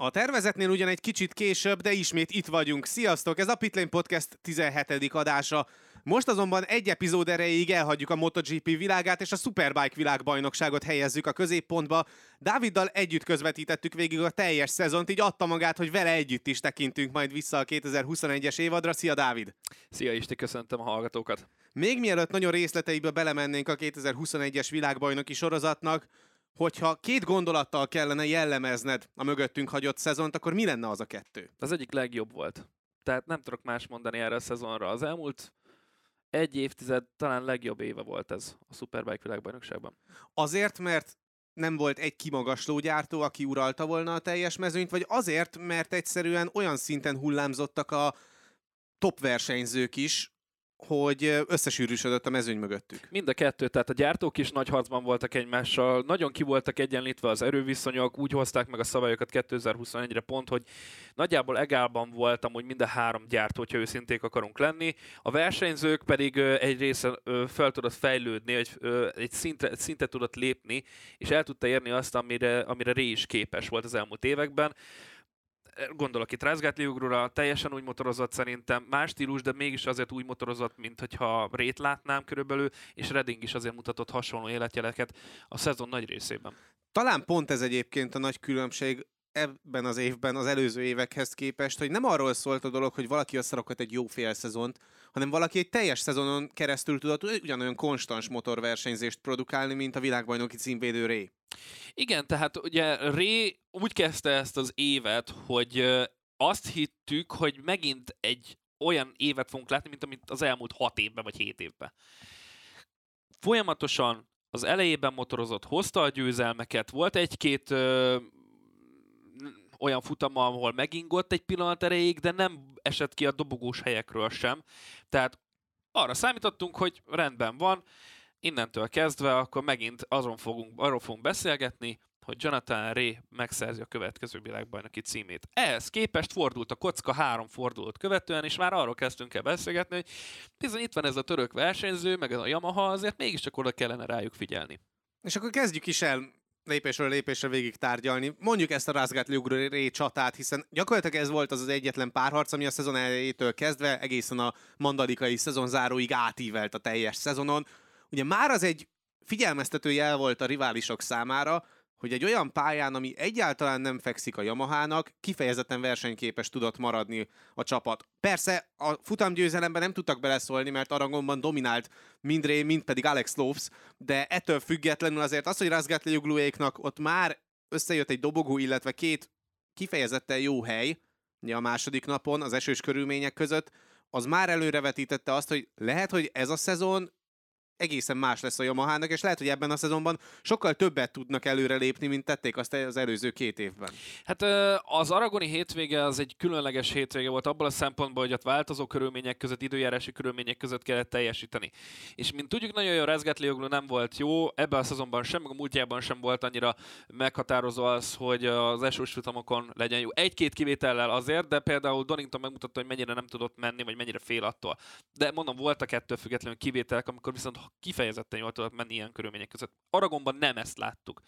A tervezetnél ugyan egy kicsit később, de ismét itt vagyunk. Sziasztok, ez a Pitlane Podcast 17. adása. Most azonban egy epizód erejéig elhagyjuk a MotoGP világát, és a Superbike világbajnokságot helyezzük a középpontba. Dáviddal együtt közvetítettük végig a teljes szezont, így adta magát, hogy vele együtt is tekintünk majd vissza a 2021-es évadra. Szia, Dávid! Szia Isti, köszöntöm a hallgatókat! Még mielőtt nagyon részleteibe belemennénk a 2021-es világbajnoki sorozatnak, hogyha két gondolattal kellene jellemezned a mögöttünk hagyott szezont, akkor mi lenne az a kettő? Az egyik legjobb volt. Tehát nem tudok más mondani erre a szezonra. Az elmúlt egy évtized talán legjobb éve volt ez a Superbike világbajnokságban. Azért, mert nem volt egy kimagasló gyártó, aki uralta volna a teljes mezőnyt, vagy azért, mert egyszerűen olyan szinten hullámzottak a top versenyzők is, hogy összesűrűsödött a mezőny mögöttük. Mind a kettő, tehát a gyártók is nagy harcban voltak egymással, nagyon ki voltak egyenlítve az erőviszonyok, úgy hozták meg a szabályokat 2021-re pont, hogy nagyjából egálban volt amúgy mind a három gyártó, hogyha őszinték akarunk lenni. A versenyzők pedig egy része fel tudott fejlődni, egy szintet tudott lépni, és el tudta érni azt, amire Ré is képes volt az elmúlt években. Gondolok itt Razgatlioglura, teljesen úgy motorozott szerintem, más stílus, de mégis azért úgy motorozott, mint hogyha Rét látnám körülbelül, és Redding is azért mutatott hasonló életjeleket a szezon nagy részében. Talán pont ez egyébként a nagy különbség ebben az évben az előző évekhez képest, hogy nem arról szólt a dolog, hogy valaki összerakott egy jó fél szezont, hanem valaki egy teljes szezonon keresztül tudott ugyanolyan konstans motorversenyzést produkálni, mint a világbajnoki címvédő Ré. Igen, tehát ugye Ré úgy kezdte ezt az évet, hogy azt hittük, hogy megint egy olyan évet fogunk látni, mint amit az elmúlt 6 évben vagy 7 évben. Folyamatosan az elejében motorozott, hozta a győzelmeket, volt egy-két olyan futama, ahol megingott egy pillanat erejéig, de nem esett ki a dobogós helyekről sem. Tehát arra számítottunk, hogy rendben van, innentől kezdve akkor megint arról fogunk beszélgetni, hogy Jonathan Rea megszerzi a következő világbajnoki címét. Ehhez képest fordult a kocka 3 fordulót követően, és már arról kezdtünk el beszélgetni, hogy bizony itt van ez a török versenyző, meg ez a Yamaha, azért mégiscsak oda kellene rájuk figyelni. És akkor kezdjük is el lépésről lépésre végig tárgyalni. Mondjuk ezt a Razgatlioglu-Ré csatát, hiszen gyakorlatilag ez volt az egyetlen párharc, ami a szezon elejétől kezdve egészen a mandalikai szezonzáróig átívelt a teljes szezonon. Ugye már az egy figyelmeztető jel volt a riválisok számára, hogy egy olyan pályán, ami egyáltalán nem fekszik a Yamahának, kifejezetten versenyképes tudott maradni a csapat. Persze a futamgyőzelemben nem tudtak beleszólni, mert Aragonban dominált mind Ré, mind pedig Alex Lopes, de ettől függetlenül azért az, hogy Razgatliogluéknak ott már összejött egy dobogó, illetve 2 kifejezetten jó hely, ugye a második napon az esős körülmények között, az már előrevetítette azt, hogy lehet, hogy ez a szezon egészen más lesz a Yamahának, és lehet, hogy ebben a szezonban sokkal többet tudnak előrelépni, mint tették azt az előző 2 évben. Hát az aragoni hétvége az egy különleges hétvége volt abból a szempontból, hogy ott változó körülmények között, időjárási körülmények között kellett teljesíteni. És mint tudjuk, nagyon jó, Razgatlioglu nem volt jó, ebben a szezonban sem, meg a múltjában sem volt annyira meghatározó az, hogy az esős futamokon legyen jó. Egy-két kivétellel azért, de például Donington megmutatta, hogy mennyire nem tudott menni, vagy mennyire fél attól. De mondom, voltak ettől függetlenül kivételek, amikor viszont kifejezetten jól tudott menni ilyen körülmények között. Aragonban nem ezt láttuk.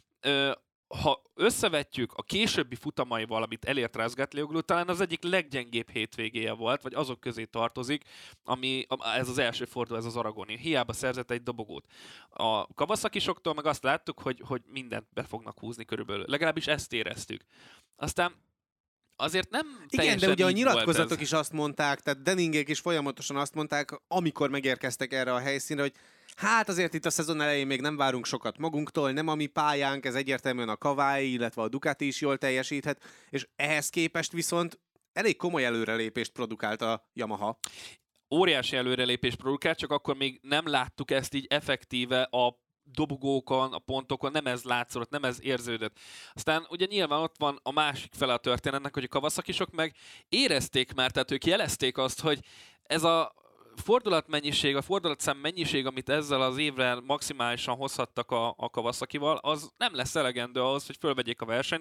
Ha összevetjük a későbbi futamaival, amit elért Razgatlioglu, talán az egyik leggyengébb hétvégéje volt, vagy azok közé tartozik, ez az első forduló, ez az aragoni. Hiába szerzett egy dobogót. A Kawasakisoktól meg azt láttuk, hogy mindent be fognak húzni körülbelül. Legalábbis ezt éreztük. Aztán azért nem igen, de ugye a nyilatkozatok is is azt mondták, tehát Denningék is folyamatosan azt mondták, amikor megérkeztek erre a helyszínre, hogy hát azért itt a szezon elején még nem várunk sokat magunktól, nem a mi pályánk, ez egyértelműen a Kawai, illetve a Ducati is jól teljesíthet, és ehhez képest viszont elég komoly előrelépést produkált a Yamaha. Óriási előrelépést produkált, csak akkor még nem láttuk ezt így effektíve a dobogókon, a pontokon, nem ez látszott, nem ez érződött. Aztán ugye nyilván ott van a másik fele a történetnek, hogy a Kawasakisok meg érezték már, tehát ők jelezték azt, hogy ez a fordulatmennyiség, a fordulatszám mennyiség, amit ezzel az évvel maximálisan hozhattak a Kawasakival, az nem lesz elegendő ahhoz, hogy fölvegyék a versenyt,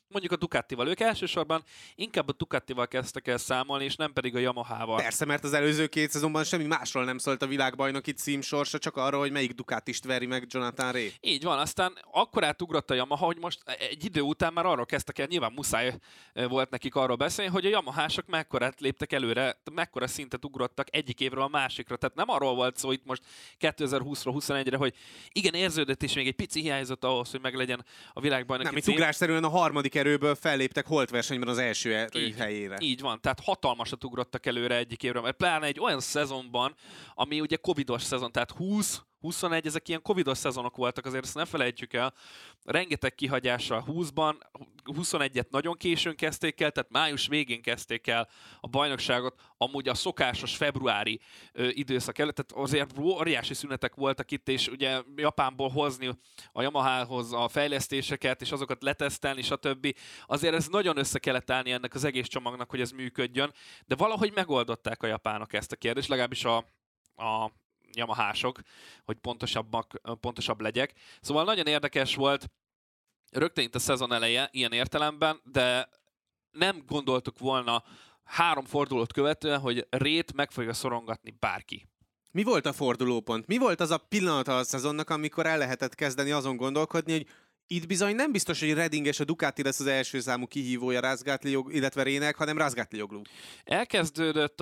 mondjuk a Ducatival. Ők elsősorban inkább a Ducatival kezdtek el számolni, és nem pedig a Yamahával. Persze, mert az előző 2 szezonban semmi másról nem szólt a világbajnoki cím sorsa, csak arról, hogy melyik Ducatist veri meg Jonathan Rea. Így van, aztán akkor átugrott a Yamaha, hogy most egy idő után már arról kezdtek el, nyilván muszáj volt nekik arról beszélni, hogy a Yamahások mekkorát léptek előre, mekkora szintet ugrottak egyik évről a másikra. Tehát nem arról volt szó itt most 2020-ról 21-re, hogy igen, érződött és még egy pici hiányzott ahhoz, hogy meglegyen a világbajnoki Nem, itt cím. ugrásszerűen a harmadik erőből felléptek holt versenyben az első helyére. Így van, tehát hatalmasat ugrottak előre egyik évre, mert pláne egy olyan szezonban, ami ugye covidos szezon, tehát 20-21, ezek ilyen covidos szezonok voltak, azért ezt ne felejtjük el. Rengeteg kihagyással 20-ban, 21-et nagyon későn kezdték el, tehát május végén kezdték el a bajnokságot, amúgy a szokásos februári időszak előtt, tehát azért óriási szünetek voltak itt, és ugye Japánból hozni a Yamahához a fejlesztéseket, és azokat letesztelni, stb. Azért ez nagyon össze kellett állni ennek az egész csomagnak, hogy ez működjön, de valahogy megoldották a japánok ezt a kérdést, legalábbis a Yamahások, hogy pontosabb legyek. Szóval nagyon érdekes volt rögtön itt a szezon eleje ilyen értelemben, de nem gondoltuk volna 3 fordulót követően, hogy Rét meg fogja szorongatni bárki. Mi volt a fordulópont? Mi volt az a pillanata a szezonnak, amikor el lehetett kezdeni azon gondolkodni, hogy itt bizony nem biztos, hogy Redding és a Ducati lesz az első számú kihívója Razgatlioglu, illetve Rének, hanem Razgatlioglu. Elkezdődött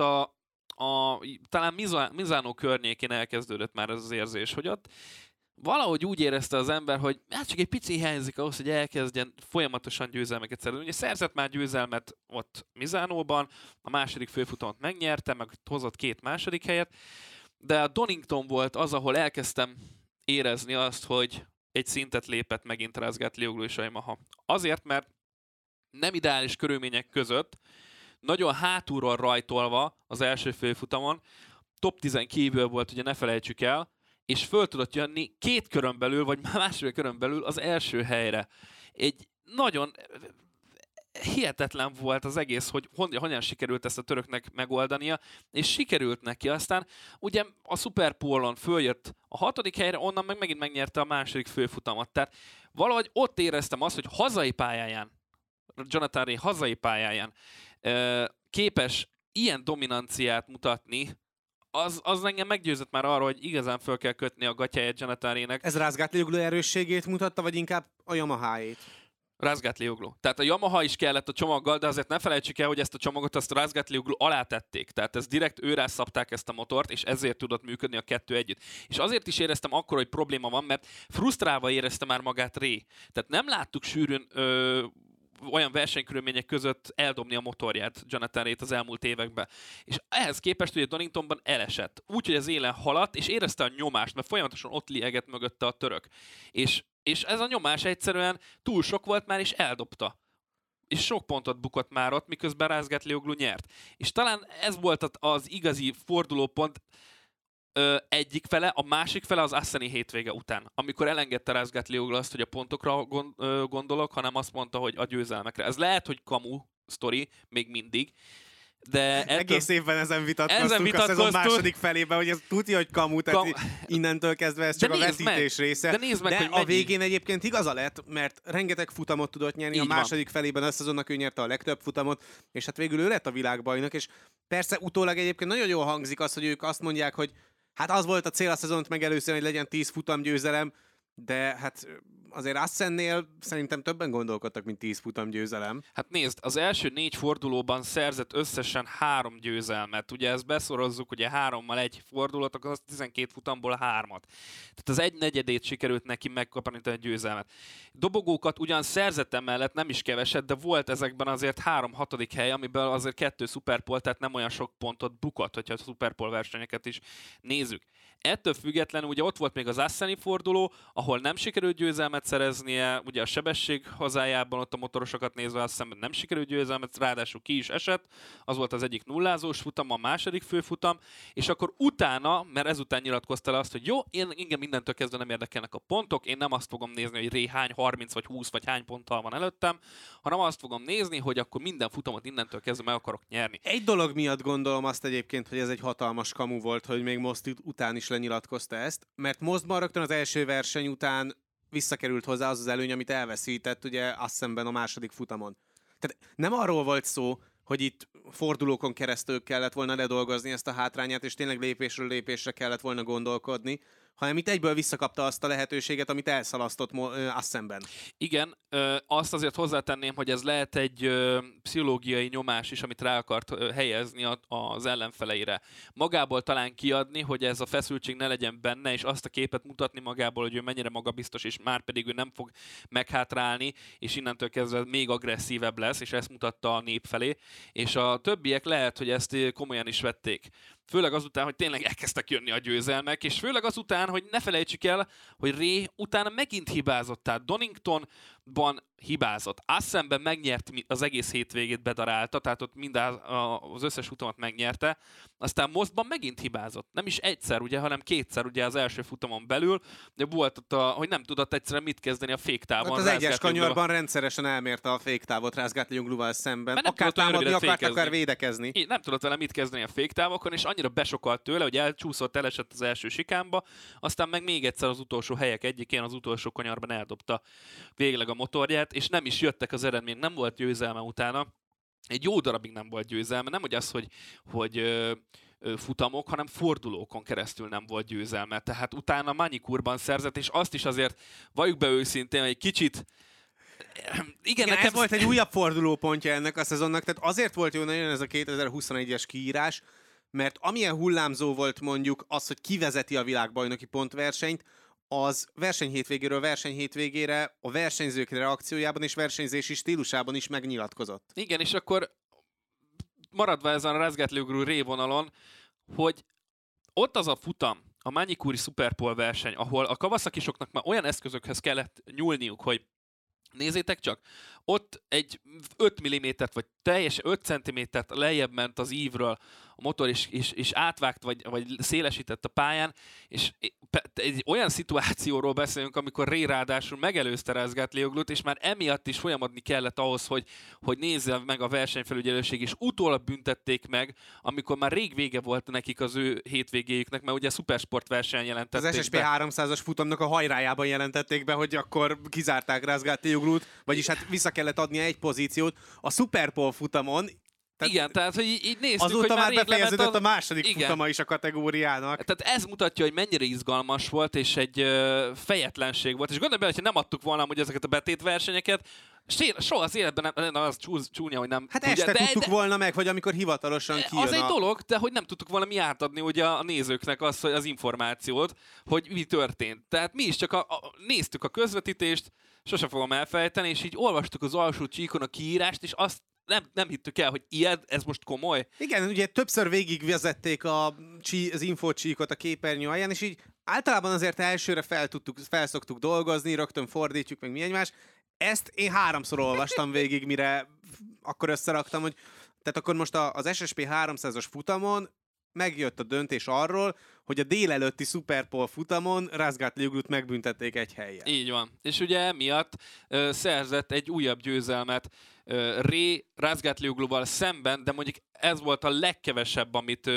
talán Misano környékén elkezdődött már ez az érzés, hogy ott valahogy úgy érezte az ember, hogy hát csak egy pici hiányzik ahhoz, hogy elkezdjen folyamatosan győzelmeket szerezni. Ugye szerzett már győzelmet ott Misánóban, a második főfutamot megnyerte, meg hozott 2 második helyet, de a Donington volt az, ahol elkezdtem érezni azt, hogy egy szintet lépett megint Razgatlioglu és a Yamaha. Azért, mert nem ideális körülmények között, nagyon hátulról rajtolva az első főfutamon, top 10 kívül volt, ugye ne felejtsük el, és föl tudott jönni 2 körön belül, vagy másfél körön belül az első helyre. Egy nagyon hihetetlen volt az egész, hogy hogyan sikerült ezt a töröknek megoldania, és sikerült neki. Aztán ugye a Superpole-on följött a 6. helyre, onnan meg megint megnyerte a második főfutamot. Tehát valahogy ott éreztem azt, hogy hazai pályáján, Jonathan Rea hazai pályáján képes ilyen dominanciát mutatni, az engem meggyőzött már arról, hogy igazán föl kell kötni a gatyáját Jonathan Rea-nek. Ez Razgatlioglu erősségét mutatta, vagy inkább a Yamaháét? Razgatlioglu. Tehát a Yamaha is kellett a csomaggal, de azért ne felejtsük el, hogy ezt a csomagot azt Razgatlioglu alá tették. Tehát ez direkt őrá szabták ezt a motort, és ezért tudott működni a 2 együtt. És azért is éreztem akkor, hogy probléma van, mert frusztrálva érezte már magát Rea. Tehát nem láttuk sűrűn olyan versenykörülmények között eldobni a motorját Jonathan Rea-t az elmúlt években. És ehhez képest ugye Doningtonban elesett. Úgyhogy az élen haladt, és érezte a nyomást, mert folyamatosan ott liegett mögötte a török. És ez a nyomás egyszerűen túl sok volt már, és eldobta. És sok pontot bukott már ott, miközben Razgatlioglu nyert. És talán ez volt az igazi fordulópont egyik fele, a másik fele az Asseni hétvége után, amikor elengedte Razgatlioglu azt, hogy a pontokra gondolok, hanem azt mondta, hogy a győzelmekre. Ez lehet, hogy kamu sztori, még mindig, de egész évben ezen vitatkoztunk a szezon második felében, hogy ez tudja, hogy kamu, tehát innentől kezdve ez csak a vetítés része. De nézd meg, de hogy a végén egyébként igaza lett, mert rengeteg futamot tudott nyerni, így a második felében a szezonnak ő nyerte a legtöbb futamot, és hát végül ő lett a világbajnok, és persze utólag egyébként nagyon jól hangzik az, hogy ők azt mondják, hogy hát az volt a cél a szezont megelőzően, hogy legyen 10 futamgyőzelem, de hát azért Assennél szerintem többen gondolkodtak, mint 10 futamgyőzelem. Hát nézd, az első 4 fordulóban szerzett összesen 3 győzelmet. Ugye ezt beszorozzuk, ugye 3-mal 1 fordulót, akkor az 12 futamból 3-at. Tehát az 1/4 sikerült neki megkapni a győzelmet. Dobogókat ugyan szerzett emellett, nem is keveset, de volt ezekben azért 3 hatodik hely, amiből azért 2 Superpole, tehát nem olyan sok pontot bukott, hogyha a Superpole versenyeket is nézzük. Ettől függetlenül ugye ott volt még az Asseni forduló, ahol nem sikerült győzelmet szereznie, ugye a sebesség hazájában ott a motorosokat nézve azt hiszem nem sikerült győzelmet, ráadásul ki is esett, az volt az egyik nullázós futam, a második főfutam, és akkor utána, mert ezután nyilatkozta le azt, hogy jó, engem mindentől kezdve nem érdekelnek a pontok, én nem azt fogom nézni, hogy Rea hány 30 vagy 20 vagy hány ponttal van előttem, hanem azt fogom nézni, hogy akkor minden futamot innentől kezdve meg akarok nyerni. Egy dolog miatt gondolom azt egyébként, hogy ez egy hatalmas kamu volt, hogy még Most után is lenyilatkozta ezt, mert Mostban rögtön az első verseny után visszakerült hozzá az előny, amit elveszített ugye Assenben a második futamon. Tehát nem arról volt szó, hogy itt fordulókon keresztül kellett volna ledolgozni ezt a hátrányát, és tényleg lépésről lépésre kellett volna gondolkodni, hanem itt egyből visszakapta azt a lehetőséget, amit elszalasztott Assenben. Igen, azt azért hozzátenném, hogy ez lehet egy pszichológiai nyomás is, amit rá akart helyezni az ellenfeleire. Magából talán kiadni, hogy ez a feszültség ne legyen benne, és azt a képet mutatni magából, hogy ő mennyire magabiztos, és már pedig ő nem fog meghátrálni, és innentől kezdve még agresszívebb lesz, és ezt mutatta a nép felé. És a többiek lehet, hogy ezt komolyan is vették. Főleg azután, hogy tényleg elkezdtek jönni a győzelmek, és főleg azután, hogy ne felejtsük el, hogy Ray utána megint hibázott. Tehát Doningtonban hibázott. Assenben megnyert az egész hétvégét, bedarálta, tehát ott az összes futamot megnyerte. Aztán Mostban megint hibázott. Nem is egyszer, ugye, hanem kétszer ugye az első futamon belül. De volt ott, hogy nem tudott egyszerűen mit kezdeni a féktávon. Hát az egyes kanyarban rendszeresen elmérte a féktávot Razgatli Jungluval szemben. Akár támadni akart, akár védekezni. Nem tudott vele mit kezdeni a féktávokon, és annyira besokkalt tőle, hogy elcsúszott, elesett az első sikámba, aztán meg még egyszer az utolsó helyek egyikén, az utolsó kanyarban eldobta végleg a motorját, és nem is jöttek az eredmények, nem volt győzelme utána. Egy jó darabig nem volt győzelme, nem hogy az, hogy futamok, hanem fordulókon keresztül nem volt győzelme. Tehát utána Manikurban szerzett, és azt is azért valljuk be őszintén, egy kicsit Igen, nekem ez volt egy újabb fordulópontja ennek a szezonnak, tehát azért volt jó nagyon ez a 2021-es kiírás, mert amilyen hullámzó volt mondjuk az, hogy kivezeti a világbajnoki pontversenyt, az versenyhétvégéről versenyhétvégére a versenyzők reakciójában és versenyzési stílusában is megnyilatkozott. Igen, és akkor maradva ezen a Razgatli Ray vonalon, hogy ott az a futam, a Manikuri Superpole verseny, ahol a Kawasaki-soknak már olyan eszközökhez kellett nyúlniuk, hogy nézzétek csak, ott egy 5 mm-t, vagy teljesen 5 cm-t lejjebb ment az ívről a motor, és átvágt, vagy szélesített a pályán, és egy olyan szituációról beszélünk, amikor Ray ráadásul megelőzte Razgatlioglut, és már emiatt is folyamodni kellett ahhoz, hogy nézze meg a versenyfelügyelőség, és utólag büntették meg, amikor már rég vége volt nekik az ő hétvégéjüknek, mert ugye a Supersport versenyen jelentették az SSP 300-as futamnak a hajrájában jelentették be, hogy akkor kizárták Razgatlioglut, vagyis hát vissza kellett adnia egy pozíciót. A Superpole futamon igen, tehát hogy így néztük, azóta hogy már befejeződött a második futama is a kategóriának. Tehát ez mutatja, hogy mennyire izgalmas volt, és egy fejetlenség volt. És gondolj bele, hogyha nem adtuk volna hogy ezeket a betétversenyeket, soha az életben nem, az csúnya, hogy nem. Hát este tudtuk volna meg, vagy amikor hivatalosan kijön. Az egy dolog, de hogy nem tudtuk volna mi átadni ugye a nézőknek az információt, hogy mi történt. Tehát mi is csak néztük a közvetítést, sose fogom elfelejteni, és így olvastuk az alsó csíkon a kiírást, és azt nem hittük el, hogy ilyen, ez most komoly. Igen, ugye többször végigvezették az infocsíkot a képernyő alján, és így általában azért elsőre felszoktuk dolgozni, rögtön fordítjuk, meg mi egymás. Ezt én 3-szor olvastam végig, mire akkor összeraktam, hogy tehát akkor most az SSP 300-as futamon megjött a döntés arról, hogy a délelőtti Superpole futamon Razgatlioglut megbüntették egy helyen. Így van. És ugye emiatt szerzett egy újabb győzelmet Ray Razgatliogluval szemben, de mondjuk ez volt a legkevesebb, amit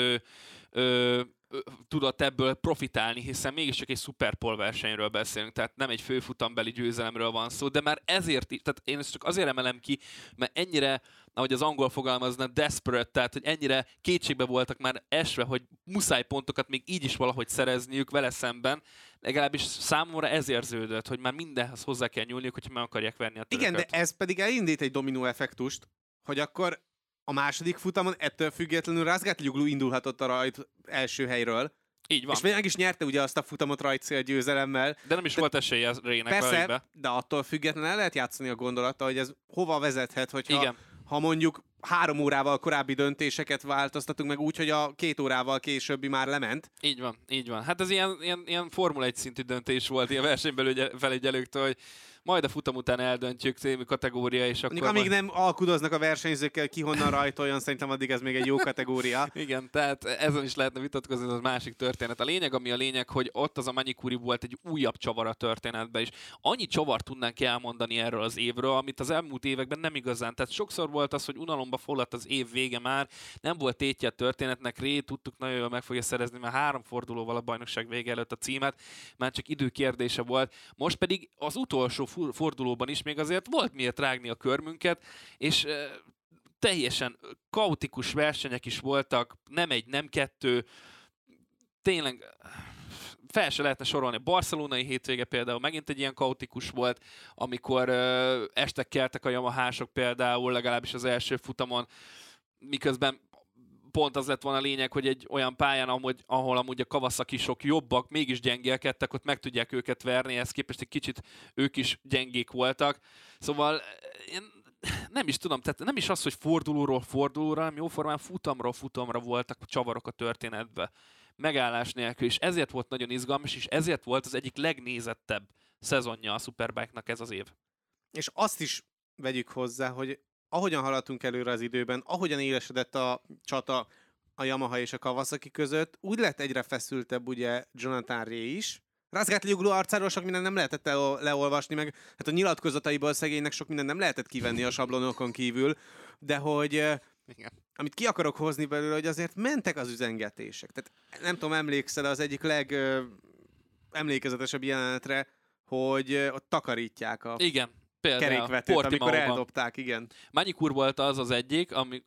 tudott ebből profitálni, hiszen mégiscsak egy Superpole versenyről beszélünk, tehát nem egy főfutambeli győzelemről van szó, de már ezért, tehát én ezt csak azért emelem ki, mert ennyire, ahogy az angol fogalmazna, desperate, tehát hogy ennyire kétségbe voltak már esve, hogy muszáj pontokat még így is valahogy szerezniük vele szemben, legalábbis számomra ez érződött, hogy már mindenhez hozzá kell nyúlniuk, hogyha meg akarják verni a törököt. Igen, de ez pedig elindít egy dominó effektust, hogy akkor a második futamon ettől függetlenül Razgatlioglu indulhatott a rajt első helyről. Így van. És meg is nyerte ugye azt a futamot rajtszél győzelemmel. De nem is volt esélye Raynek. Persze, de attól függetlenül el lehet játszani a gondolattal, hogy ez hova vezethet, hogyha ha mondjuk 3 órával korábbi döntéseket változtatunk meg úgy, hogy a 2 órával későbbi már lement. Így van, így van. Hát ez ilyen Formula 1 szintű döntés volt ilyen versenyfelügyelőktől, hogy Majd a futam után eldöntjük című kategória, és akkor... Amíg nem alkudoznak a versenyzőkkel, ki honnan rajtoljon, szerintem addig ez még egy jó kategória. Igen, tehát ezen is lehetne vitatkozni, ez a másik történet. A lényeg, hogy ott az a Manikuri volt egy újabb csavar a történetben, és annyi csavart tudnánk elmondani erről az évről, amit az elmúlt években nem igazán. Tehát sokszor volt az, hogy unalomba foglalt az év vége már, nem volt tétje a történetnek, tudtuk nagyon jól meg fogja szerezni, mert 3 fordulóval a bajnokság vége előtt a címet, már csak idő kérdése volt. Most pedig az utolsó fordulóban is még azért volt miért rágni a körmünket, és teljesen kaotikus versenyek is voltak, nem egy, nem kettő, tényleg fel se lehetne sorolni. A barcelonai hétvége például megint egy ilyen kaotikus volt, amikor estek keltek a Yamahások például, legalábbis az első futamon, miközben pont az lett volna a lényeg, hogy egy olyan pályán, ahol amúgy a Kawasaki-sok jobbak, mégis gyengélkedtek, ott meg tudják őket verni, ehhez képest egy kicsit ők is gyengék voltak. Szóval én nem is tudom, tehát nem is az, hogy fordulóról fordulóra, hanem jóformán futamról futamra voltak csavarok a történetbe. Megállás nélkül, és ezért volt nagyon izgalmas, és ezért volt az egyik legnézettebb szezonja a Superbike-nak ez az év. És azt is vegyük hozzá, hogy ahogyan haladtunk előre az időben, ahogyan élesedett a csata a Yamaha és a Kawasaki között, úgy lett egyre feszültebb ugye Jonathan Rea is. Razgatlioglu arcáról sok minden nem lehetett leolvasni, meg hát a nyilatkozataiból szegénynek sok minden nem lehetett kivenni a sablonokon kívül, de hogy Igen. amit ki akarok hozni belőle, hogy azért mentek az üzengetések. Tehát nem tudom, emlékszel az egyik emlékezetesebb jelenetre, hogy ott takarítják a Igen, például kerékvetőt, amikor Portimaóban eldobták, igen. Manikur volt az egyik,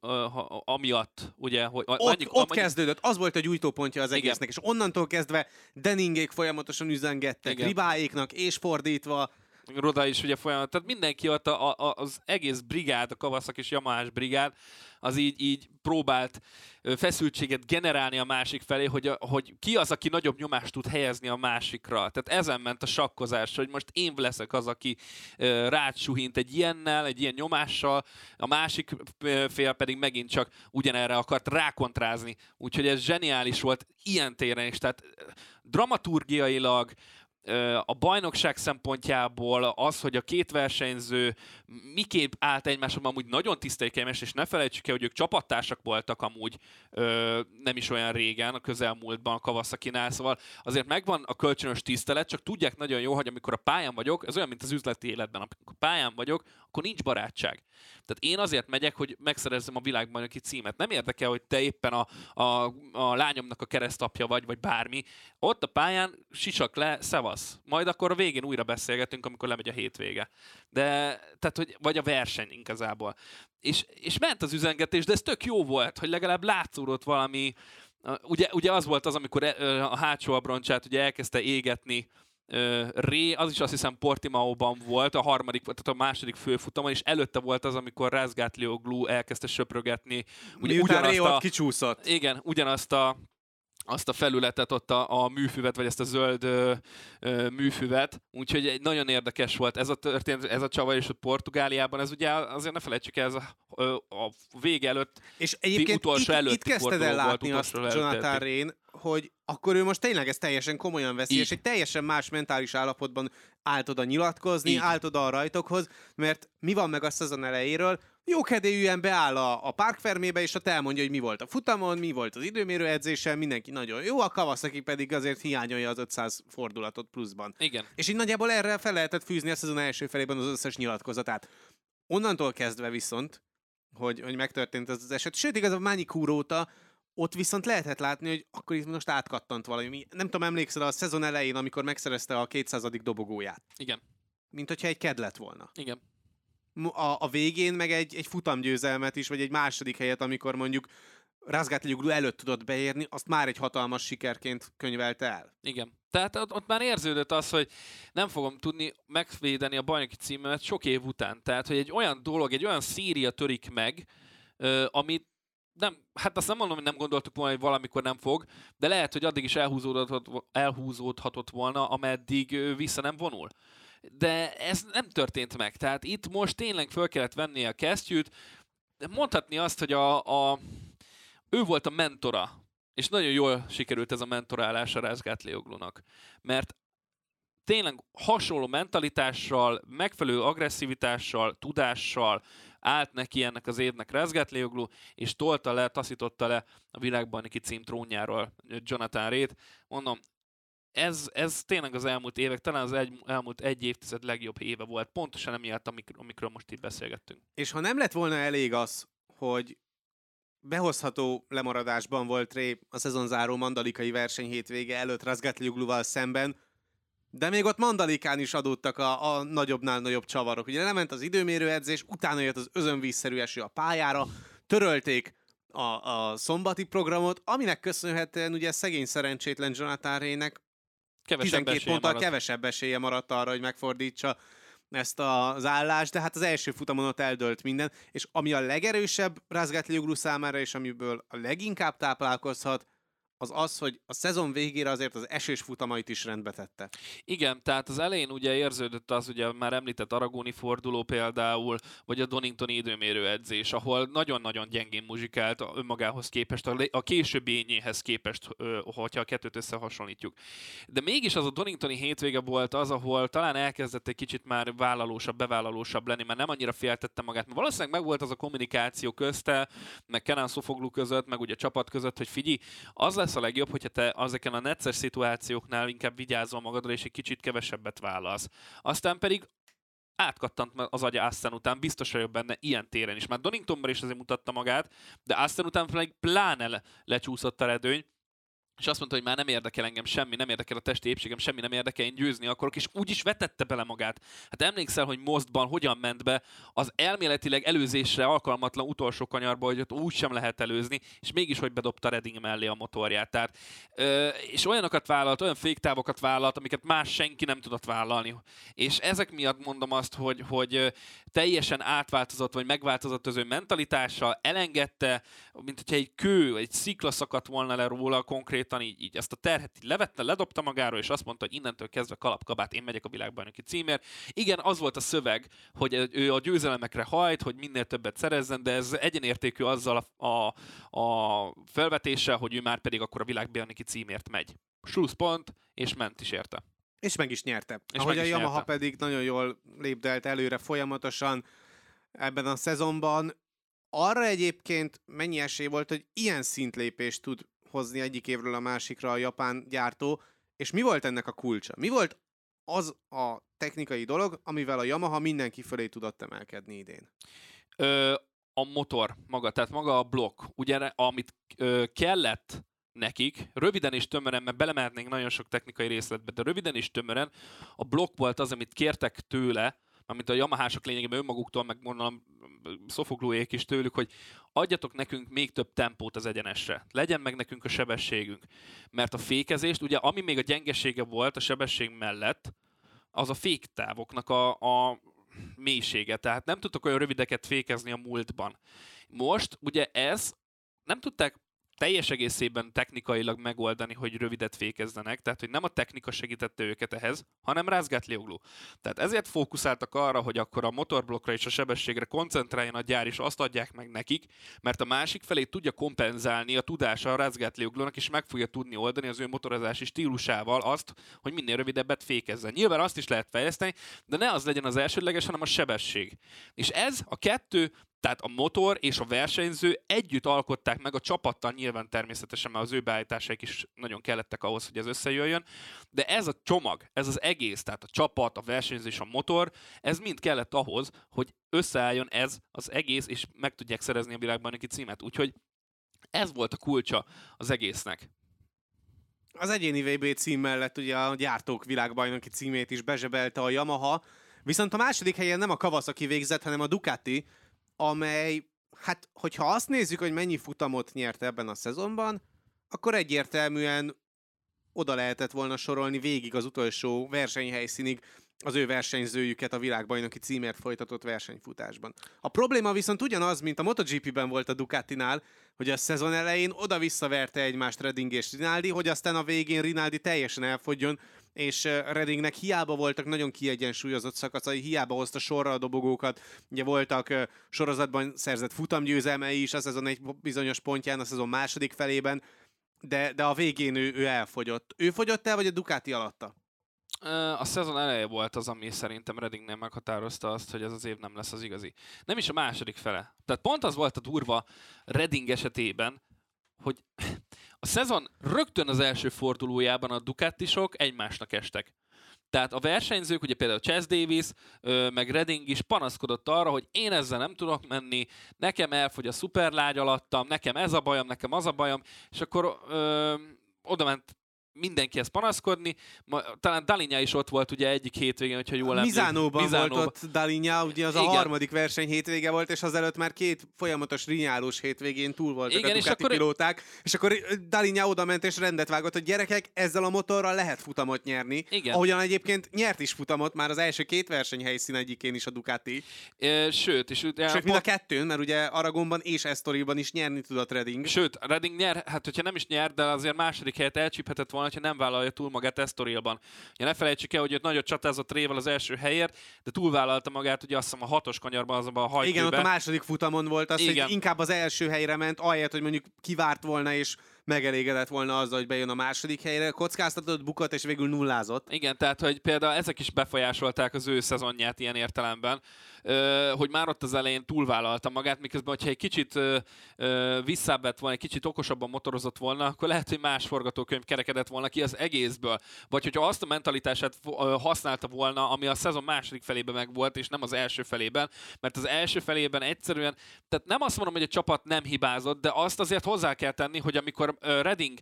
amiatt, ugye, hogy... Ott kezdődött, az volt a gyújtópontja az Igen. egésznek, és onnantól kezdve Denningék folyamatosan üzengettek, Igen. Ribáéknak, és fordítva. Roda is ugye folyamat, tehát mindenki ott az egész brigád, a Kawasaki és Yamahás brigád, az így próbált feszültséget generálni a másik felé, hogy ki az, aki nagyobb nyomást tud helyezni a másikra. Tehát ezen ment a sakkozás, hogy most én leszek az, aki rátsuhint egy ilyennel, egy ilyen nyomással, a másik fél pedig megint csak ugyanerre akart rákontrázni. Úgyhogy ez zseniális volt ilyen téren is. Tehát dramaturgiailag, a bajnokság szempontjából az, hogy a két versenyző miképp állt egymásban, amúgy nagyon tisztelékes, és ne felejtsük el, hogy ők csapattársak voltak amúgy nem is olyan régen, a közelmúltban a Kawasakinál, szóval azért megvan a kölcsönös tisztelet, csak tudják nagyon jó, hogy amikor a pályán vagyok, ez olyan, mint az üzleti életben, amikor pályán vagyok, akkor nincs barátság. Tehát én azért megyek, hogy megszerezzem a világbajnoki címet. Nem érdekel, hogy te éppen a lányomnak a keresztapja vagy bármi. Ott a pályán sisak le, szevasz. Majd akkor a végén újra beszélgetünk, amikor lemegy a hétvége. De, tehát, hogy, vagy a verseny igazából. És ment az üzengetés, de ez tök jó volt, hogy legalább látszódott valami. Ugye az volt az, amikor a hátsó abroncsát ugye elkezdte égetni Ré, az is azt hiszem Portimaóban volt, tehát a második főfutamon, és előtte volt az, amikor Razgatlioglu elkezdte söprögetni. Miután Ré ott kicsúszott. Igen, ugyanazt a felületet, ott a műfüvet, vagy ezt a zöld műfüvet. Úgyhogy egy nagyon érdekes volt ez a történet, ez a csavar is Portugáliában. Ez ugye azért ne felejtsük el, ez a vége előtt, és egyébként itt kezdted el látni azt Jonathan Rén, hogy akkor ő most tényleg ezt teljesen komolyan veszi, és egy teljesen más mentális állapotban állt oda nyilatkozni, állt oda a rajtokhoz, mert mi van meg a szezon elejéről, jókedélyűen beáll a Parc Fermébe, és ott elmondja, hogy mi volt a futamon, mi volt az időmérő edzésen, mindenki nagyon jó, a Kawasaki pedig azért hiányolja az 500 fordulatot pluszban. Igen. És így nagyjából erre fel lehetett fűzni a szezon első felében az összes nyilatkozatát. Onnantól kezdve viszont, hogy megtörtént ez az eset, sőt igaz a Manikúr óta, ott viszont lehetett látni, hogy akkor itt most átkattant valami. Nem tudom, emlékszel a szezon elején, amikor megszerezte a 200. dobogóját. Igen. Mint hogyha egy ked lett volna. Igen. A végén meg egy futamgyőzelmet is, vagy egy második helyet, amikor mondjuk Razgatlioglu előtt tudott beérni, azt már egy hatalmas sikerként könyvelte el. Igen. Tehát ott már érződött az, hogy nem fogom tudni megvédeni a bajnoki címemet sok év után. Tehát, hogy egy olyan dolog, egy olyan szíria törik meg, amit nem, hát azt nem mondom, hogy nem gondoltuk volna, hogy valamikor nem fog, de lehet, hogy addig is elhúzódhatott volna, ameddig vissza nem vonul. De ez nem történt meg. Tehát itt most tényleg föl kellett venni a kesztyűt. Mondhatni azt, hogy ő volt a mentora, és nagyon jól sikerült ez a mentorálás a Razgatlioglunak. Mert tényleg hasonló mentalitással, megfelelő agresszivitással, tudással állt neki ennek az évnek Razgatlioglu, és taszította le a világbajnoki cím trónjáról Jonathan Rayt. Mondom, ez tényleg az elmúlt évek, talán az elmúlt egy évtized legjobb éve volt, pontosan emiatt, amikről most itt beszélgettünk. És ha nem lett volna elég az, hogy behozható lemaradásban volt Ray a szezonzáró mandalikai verseny hétvége előtt Razgatliogluval szemben, de még ott Mandalikán is adódtak a nagyobbnál nagyobb csavarok. Ugye lement az időmérő edzés, utána jött az özönvízszerű eső a pályára, törölték a szombati programot, aminek köszönhetően ugye szegény szerencsétlen Jonathan Raynek 12 ponttal kevesebb esélye maradt arra, hogy megfordítsa ezt az állást, de hát az első futamon ott eldőlt minden, és ami a legerősebb Razgatlioglu számára, és amiből a leginkább táplálkozhat, az az, hogy a szezon végére azért az esős futamait is rendbe tette. Igen, tehát az elején ugye érződött az, ugye már említett aragoni forduló például, vagy a Doningtoni időmérő edzés, ahol nagyon-nagyon gyengén muzsikált önmagához képest, a későbbi ényéhez képest, hogyha a kettőt összehasonlítjuk. De mégis az a Doningtoni hétvége volt az, ahol talán elkezdett egy kicsit már bevállalósabb lenni, mert nem annyira féltette magát. Mert valószínűleg megvolt az a kommunikáció közte, meg Kenan Sofuoglu között, meg ugye a csapat között, hogy figyelj, az lesz a legjobb, hogyha te azeken a necces szituációknál inkább vigyázol magadra, és egy kicsit kevesebbet válasz. Aztán pedig átkattant az agya Aston után, biztos vagyok benne ilyen téren is. Már Doningtonban is azért mutatta magát, de Aston után pedig pláne lecsúszott a redőny, és azt mondta, hogy már nem érdekel engem semmi, nem érdekel a testi épségem, semmi nem érdekel, én győzni akarok, és úgy is vetette bele magát. Hát emlékszel, hogy Mostban hogyan ment be az elméletileg előzésre alkalmatlan utolsó kanyarba, hogy ott úgy sem lehet előzni, és mégis hogy bedobta Redding mellé a motorját. Tehát, és olyanokat vállalt, olyan féktávokat vállalt, amiket más senki nem tudott vállalni. És ezek miatt mondom azt, hogy teljesen átváltozott, vagy megváltozott az ő mentalitása, elengedte, mint hogyha egy kő, egy szikla szakadt volna le róla konkrét, így ezt a terhet levette, ledobta magáról, és azt mondta, hogy innentől kezdve kalapkabát, én megyek a világbajnoki címért. Igen, az volt a szöveg, hogy ő a győzelemekre hajt, hogy minél többet szerezzen, de ez egyenértékű azzal a felvetéssel, hogy ő már pedig akkor a világbajnoki címért megy. Slusszpont, és ment is érte. És meg is nyerte. És ahogy a Yamaha pedig nagyon jól lépdelt előre folyamatosan ebben a szezonban. Arra egyébként mennyi esély volt, hogy ilyen szintlépést tud hozni egyik évről a másikra a japán gyártó, és mi volt ennek a kulcsa? Mi volt az a technikai dolog, amivel a Yamaha mindenki fölé tudott emelkedni idén? A motor maga, tehát maga a blokk, ugye, amit kellett nekik, röviden és tömören, mert belemehetnénk nagyon sok technikai részletbe, de röviden és tömören a blokk volt az, amit kértek tőle, amit a Yamahások lényegében önmaguktól, meg mondom, Sofuogluék is tőlük, hogy adjatok nekünk még több tempót az egyenesre. Legyen meg nekünk a sebességünk. Mert a fékezést, ugye ami még a gyengesége volt a sebesség mellett, az a féktávoknak a mélysége. Tehát nem tudtak olyan rövideket fékezni a múltban. Most ugye ez nem tudták teljes egészében technikailag megoldani, hogy rövidet fékezzenek, tehát hogy nem a technika segítette őket ehhez, hanem Razgatlioglu. Tehát ezért fókuszáltak arra, hogy akkor a motorblokkra és a sebességre koncentráljon a gyár, és azt adják meg nekik, mert a másik felé tudja kompenzálni a tudása a Razgatlioglunak, és meg fogja tudni oldani az ő motorozási stílusával azt, hogy minél rövidebbet fékezzen. Nyilván azt is lehet fejleszteni, de ne az legyen az elsődleges, hanem a sebesség. És ez a kettő, tehát a motor és a versenyző együtt alkották meg a csapattal, nyilván természetesen, mert az ő beállításaik is nagyon kellettek ahhoz, hogy ez összejöjjön, de ez a csomag, ez az egész, tehát a csapat, a versenyző és a motor, ez mind kellett ahhoz, hogy összeálljon ez az egész, és meg tudják szerezni a világbajnoki címet. Úgyhogy ez volt a kulcsa az egésznek. Az egyéni VB cím mellett ugye a gyártók világbajnoki címét is bezsebelte a Yamaha, viszont a második helyen nem a Kawasaki végzett, hanem a Ducati, amely, hát, hogyha azt nézzük, hogy mennyi futamot nyert ebben a szezonban, akkor egyértelműen oda lehetett volna sorolni végig az utolsó versenyhelyszínig az ő versenyzőjüket a világbajnoki címért folytatott versenyfutásban. A probléma viszont ugyanaz, mint a MotoGP-ben volt a Ducatinál, hogy a szezon elején oda-visszaverte egymást Redding és Rinaldi, hogy aztán a végén Rinaldi teljesen elfogjon, és Reddingnek hiába voltak nagyon kiegyensúlyozott szakaszai, hiába hozta sorra a dobogókat, ugye voltak sorozatban szerzett futamgyőzelmei is a szezon egy bizonyos pontján, a szezon második felében, de a végén ő elfogyott. Ő fogyott el, vagy a Ducati alatta? A szezon eleje volt az, ami szerintem Readingnél meghatározta azt, hogy ez az év nem lesz az igazi. Nem is a második fele. Tehát pont az volt a durva Reading esetében, hogy a szezon rögtön az első fordulójában a Ducatisok egymásnak estek. Tehát a versenyzők, ugye például Chas Davis, meg Reading is panaszkodott arra, hogy én ezzel nem tudok menni, nekem elfogy a szuperlágy alattam, nekem ez a bajom, nekem az a bajom, és akkor oda ment mindenkihez panaszkodni. Talán Dalinja is ott volt ugye egyik hétvégén, hogyha jól emlékszem. Mizánóban volt ott Dalinja, ugye az igen. A harmadik verseny hétvége volt, és azelőtt már 2 folyamatos rinyálós hétvégén túl voltak igen, a Ducati pilóták, és akkor Dalinja oda ment és rendet vágott, hogy gyerekek, ezzel a motorral lehet futamot nyerni. Igen. Ahogyan egyébként nyert is futamot már az első 2 versenyhelyszín egyikén is a Ducati. Sőt, mind a kettőn, mert ugye Aragonban és Estorilban is nyerni tudott Reading. Sőt, Reading nyer, hát hogyha nem is nyert, de azért második helyet elcsíphetett volna, ha nem vállalja túl magát Estorilban. Ja, ne felejtsük el, hogy ott nagyot csatázott Rével az első helyért, de túlvállalta magát, ugye azt hiszem a 6-os kanyarban, azonban a hajtőbe. Igen, ott a második futamon volt az, igen. Hogy inkább az első helyre ment, ahelyett, hogy mondjuk kivárt volna és megelégedett volna azzal, hogy bejön a második helyre, kockáztatott, bukott és végül nullázott. Igen, tehát hogy például ezek is befolyásolták az ő szezonját ilyen értelemben, hogy már ott az elején túlvállalta magát, miközben, hogyha egy kicsit visszább vett volna, egy kicsit okosabban motorozott volna, akkor lehet, hogy más forgatókönyv kerekedett volna ki az egészből. Vagy hogyha azt a mentalitását használta volna, ami a szezon második felében megvolt, és nem az első felében, mert az első felében egyszerűen, tehát nem azt mondom, hogy a csapat nem hibázott, de azt azért hozzá kell tenni, hogy amikor Reading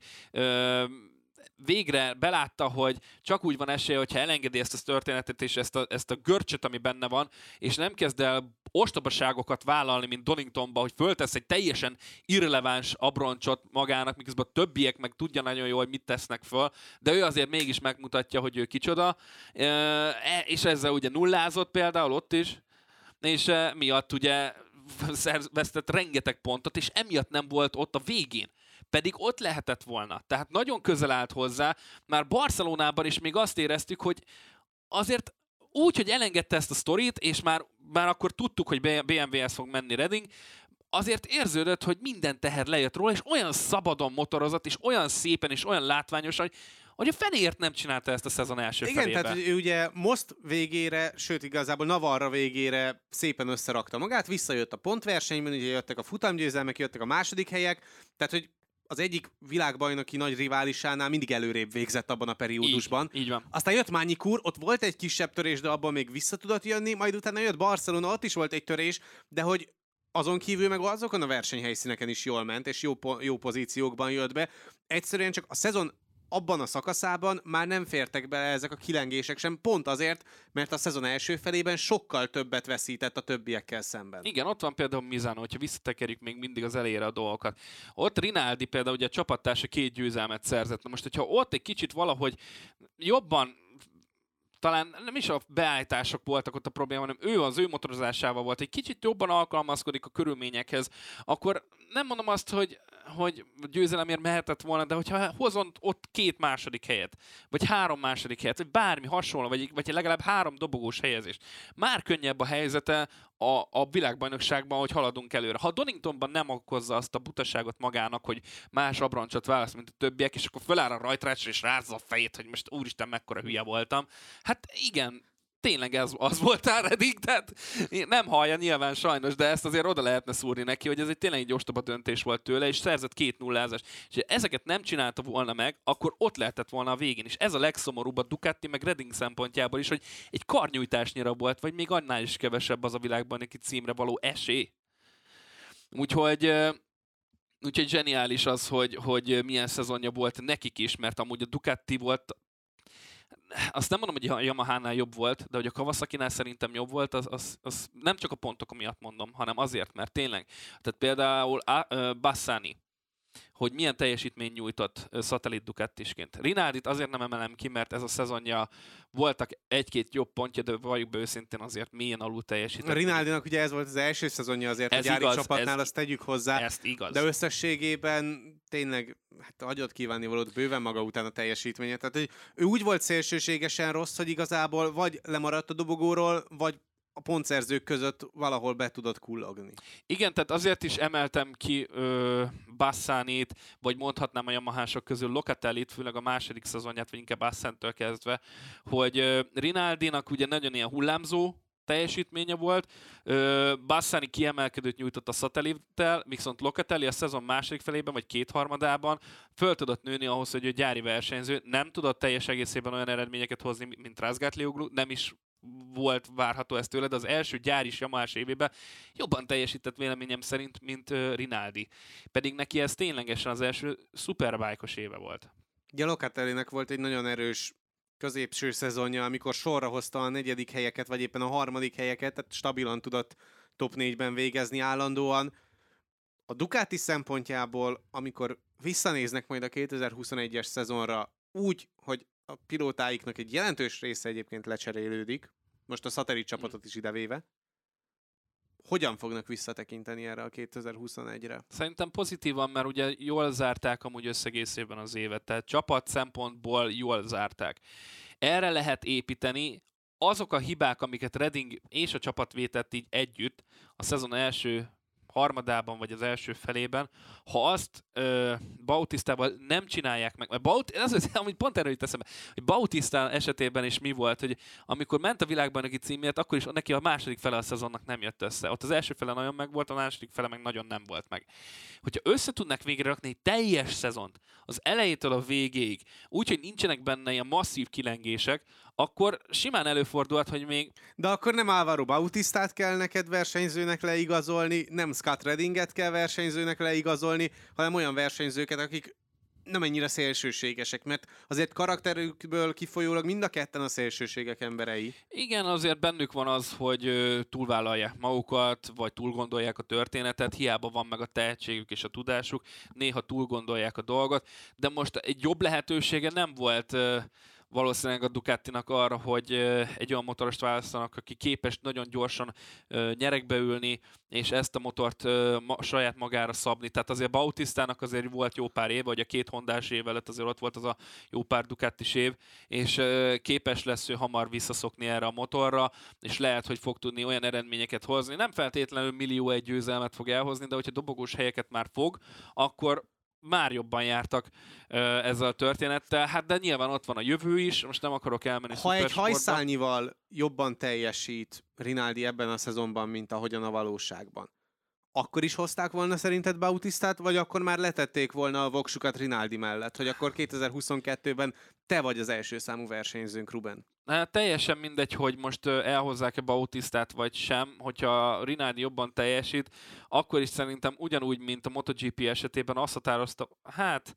végre belátta, hogy csak úgy van esélye, hogyha elengedi ezt a történetet és ezt a görcsöt, ami benne van, és nem kezd el ostobaságokat vállalni, mint Doningtonba, hogy föltesz egy teljesen irreleváns abroncsot magának, miközben a többiek meg tudja nagyon jól, hogy mit tesznek föl, de ő azért mégis megmutatja, hogy ő kicsoda, és ezzel ugye nullázott például ott is, és miatt ugye vesztett rengeteg pontot, és emiatt nem volt ott a végén. Pedig ott lehetett volna. Tehát nagyon közel állt hozzá. Már Barcelonában is még azt éreztük, hogy azért úgy, hogy elengedte ezt a sztorit, és már akkor tudtuk, hogy BMW-hez fog menni Reading, azért érződött, hogy minden teher lejött róla, és olyan szabadon motorozott, és olyan szépen, és olyan látványosan, hogy a fenéért nem csinálta ezt a szezon első igen, felébe. Tehát ő ugye Most végére, sőt igazából Navarra végére szépen összerakta magát, visszajött a pontversenyben, ugye jöttek a futamgyőzelmek, jöttek a második helyek, tehát hogy az egyik világbajnoki nagy riválisánál mindig előrébb végzett abban a periódusban. Így van. Aztán jött Magny-Cours, ott volt egy kisebb törés, de abban még vissza tudott jönni, majd utána jött Barcelona, ott is volt egy törés, de hogy azon kívül meg azokon a versenyhelyszíneken is jól ment, és jó pozíciókban jött be. Egyszerűen csak a szezon abban a szakaszában már nem fértek bele ezek a kilengések sem, pont azért, mert a szezon első felében sokkal többet veszített a többiekkel szemben. Igen, ott van például Misano, hogyha visszatekerjük még mindig az elejére a dolgokat. Ott Rinaldi például ugye a csapattársa 2 győzelmet szerzett. Na most, hogyha ott egy kicsit valahogy jobban, talán nem is a beállítások voltak ott a probléma, hanem ő az ő motorozásával volt, egy kicsit jobban alkalmazkodik a körülményekhez, akkor nem mondom azt, hogy győzelemért mehetett volna, de hogyha hozon ott 2 második helyet, vagy 3 második helyet, vagy bármi hasonló, vagy legalább 3 dobogós helyezést, már könnyebb a helyzete a világbajnokságban, hogy haladunk előre. Ha Doningtonban nem okozza azt a butaságot magának, hogy más abroncsot választ, mint a többiek, és akkor föláll a rajtrácsra és rázza a fejét, hogy most úristen, mekkora hülye voltam. Hát igen, tényleg az voltál Reading, tehát nem hallja nyilván sajnos, de ezt azért oda lehetne szúrni neki, hogy ez egy tényleg egy ostoba döntés volt tőle, és szerzett 2 nullázást. És ha ezeket nem csinálta volna meg, akkor ott lehetett volna a végén. És ez a legszomorúbb a Ducati meg Reading szempontjából is, hogy egy karnyújtásnyira volt, vagy még annál is kevesebb az a világban neki címre való esély. Úgyhogy zseniális az, hogy milyen szezonja volt nekik is, mert amúgy a Ducati volt, azt nem mondom, hogy a Yamahánál jobb volt, de hogy a Kawasakinál szerintem jobb volt, az nem csak a pontok miatt mondom, hanem azért, mert tényleg. Tehát például Bassani, hogy milyen teljesítmény nyújtott szatellit Ducatisként. Rinaldit azért nem emelem ki, mert ez a szezonja voltak 1-2 jobb pontja, de valljuk be őszintén azért milyen alul teljesített. Rinaldinak ugye ez volt az első szezonja azért ez a gyári igaz, csapatnál, azt tegyük hozzá. Ezt igaz. De összességében tényleg hát hagyott kívánni valót bőven maga után a teljesítménye. Tehát hogy ő úgy volt szélsőségesen rossz, hogy igazából vagy lemaradt a dobogóról, vagy a pontszerzők között valahol be tudott kullogni. Igen, tehát azért is emeltem ki Bassanit, vagy mondhatnám a Yamahások közül Locatellit, főleg a második szezonját, vagy inkább Bassantől kezdve, hogy Rinaldinak ugye nagyon ilyen hullámzó teljesítménye volt, Bassani kiemelkedőt nyújtott a Satellittel, viszont Locatelli a szezon második felében, vagy kétharmadában föl tudott nőni ahhoz, hogy ő gyári versenyző, nem tudott teljes egészében olyan eredményeket hozni, mint Razgatlioglu, nem is volt várható ez tőle, de az első gyári Yamahás évében jobban teljesített véleményem szerint, mint Rinaldi. Pedig neki ez ténylegesen az első szuperbájkos éve volt. Ugye Locatellinek volt egy nagyon erős középső szezonja, amikor sorra hozta a 4. helyeket, vagy éppen a 3. helyeket, tehát stabilan tudott top 4-ben végezni állandóan. A Ducati szempontjából, amikor visszanéznek majd a 2021-es szezonra úgy, hogy a pilótáiknak egy jelentős része egyébként lecserélődik, most a Satellit csapatot is idevéve, hogyan fognak visszatekinteni erre a 2021-re? Szerintem pozitívan, mert ugye jól zárták amúgy összegészében az évet, tehát csapat szempontból jól zárták. Erre lehet építeni. Azok a hibák, amiket Reading és a csapat vétett így együtt a szezon első harmadában, vagy az első felében, ha azt Bautistával nem csinálják meg, mert amit pont erről jut eszembe, hogy Bautista esetében is mi volt, hogy amikor ment a világbajnoki címért, akkor is neki a második fele a szezonnak nem jött össze. Ott az első fele nagyon meg volt, a második fele meg nagyon nem volt meg. Hogyha össze tudnak végre rakni egy teljes szezont, az elejétől a végéig, úgyhogy nincsenek benne ilyen masszív kilengések, akkor simán előfordulhat, hogy még... De akkor nem Álvaro Bautistát kell neked versenyzőnek leigazolni, nem Scott Reddinget kell versenyzőnek leigazolni, hanem olyan versenyzőket, akik nem ennyire szélsőségesek, mert azért karakterükből kifolyólag mind a ketten a szélsőségek emberei. Igen, azért bennük van az, hogy túlvállalják magukat, vagy túlgondolják a történetet, hiába van meg a tehetségük és a tudásuk, néha túlgondolják a dolgot, de most egy jobb lehetősége nem volt valószínűleg a Ducatinak arra, hogy egy olyan motorost választanak, aki képes nagyon gyorsan nyerekbe ülni, és ezt a motort saját magára szabni. Tehát azért Bautistának azért volt jó pár év, vagy a 2 Hondás év előtt azért ott volt az a jó pár Ducatis év, és képes lesz ő hamar visszaszokni erre a motorra, és lehet, hogy fog tudni olyan eredményeket hozni. Nem feltétlenül millió egy győzelmet fog elhozni, de hogyha dobogós helyeket már fog, akkor már jobban jártak ezzel a történettel. Hát de nyilván ott van a jövő is, most nem akarok elmenni Ha egy hajszálnyival jobban teljesít Rinaldi ebben a szezonban, mint ahogyan a valóságban, akkor is hozták volna szerinted Bautistát, vagy akkor már letették volna a voksukat Rinaldi mellett, hogy akkor 2022-ben te vagy az első számú versenyzőnk, Ruben? Hát teljesen mindegy, hogy most elhozzák-e Bautistát vagy sem, hogyha Rinaldi jobban teljesít, akkor is szerintem ugyanúgy, mint a MotoGP esetében azt határozta, hát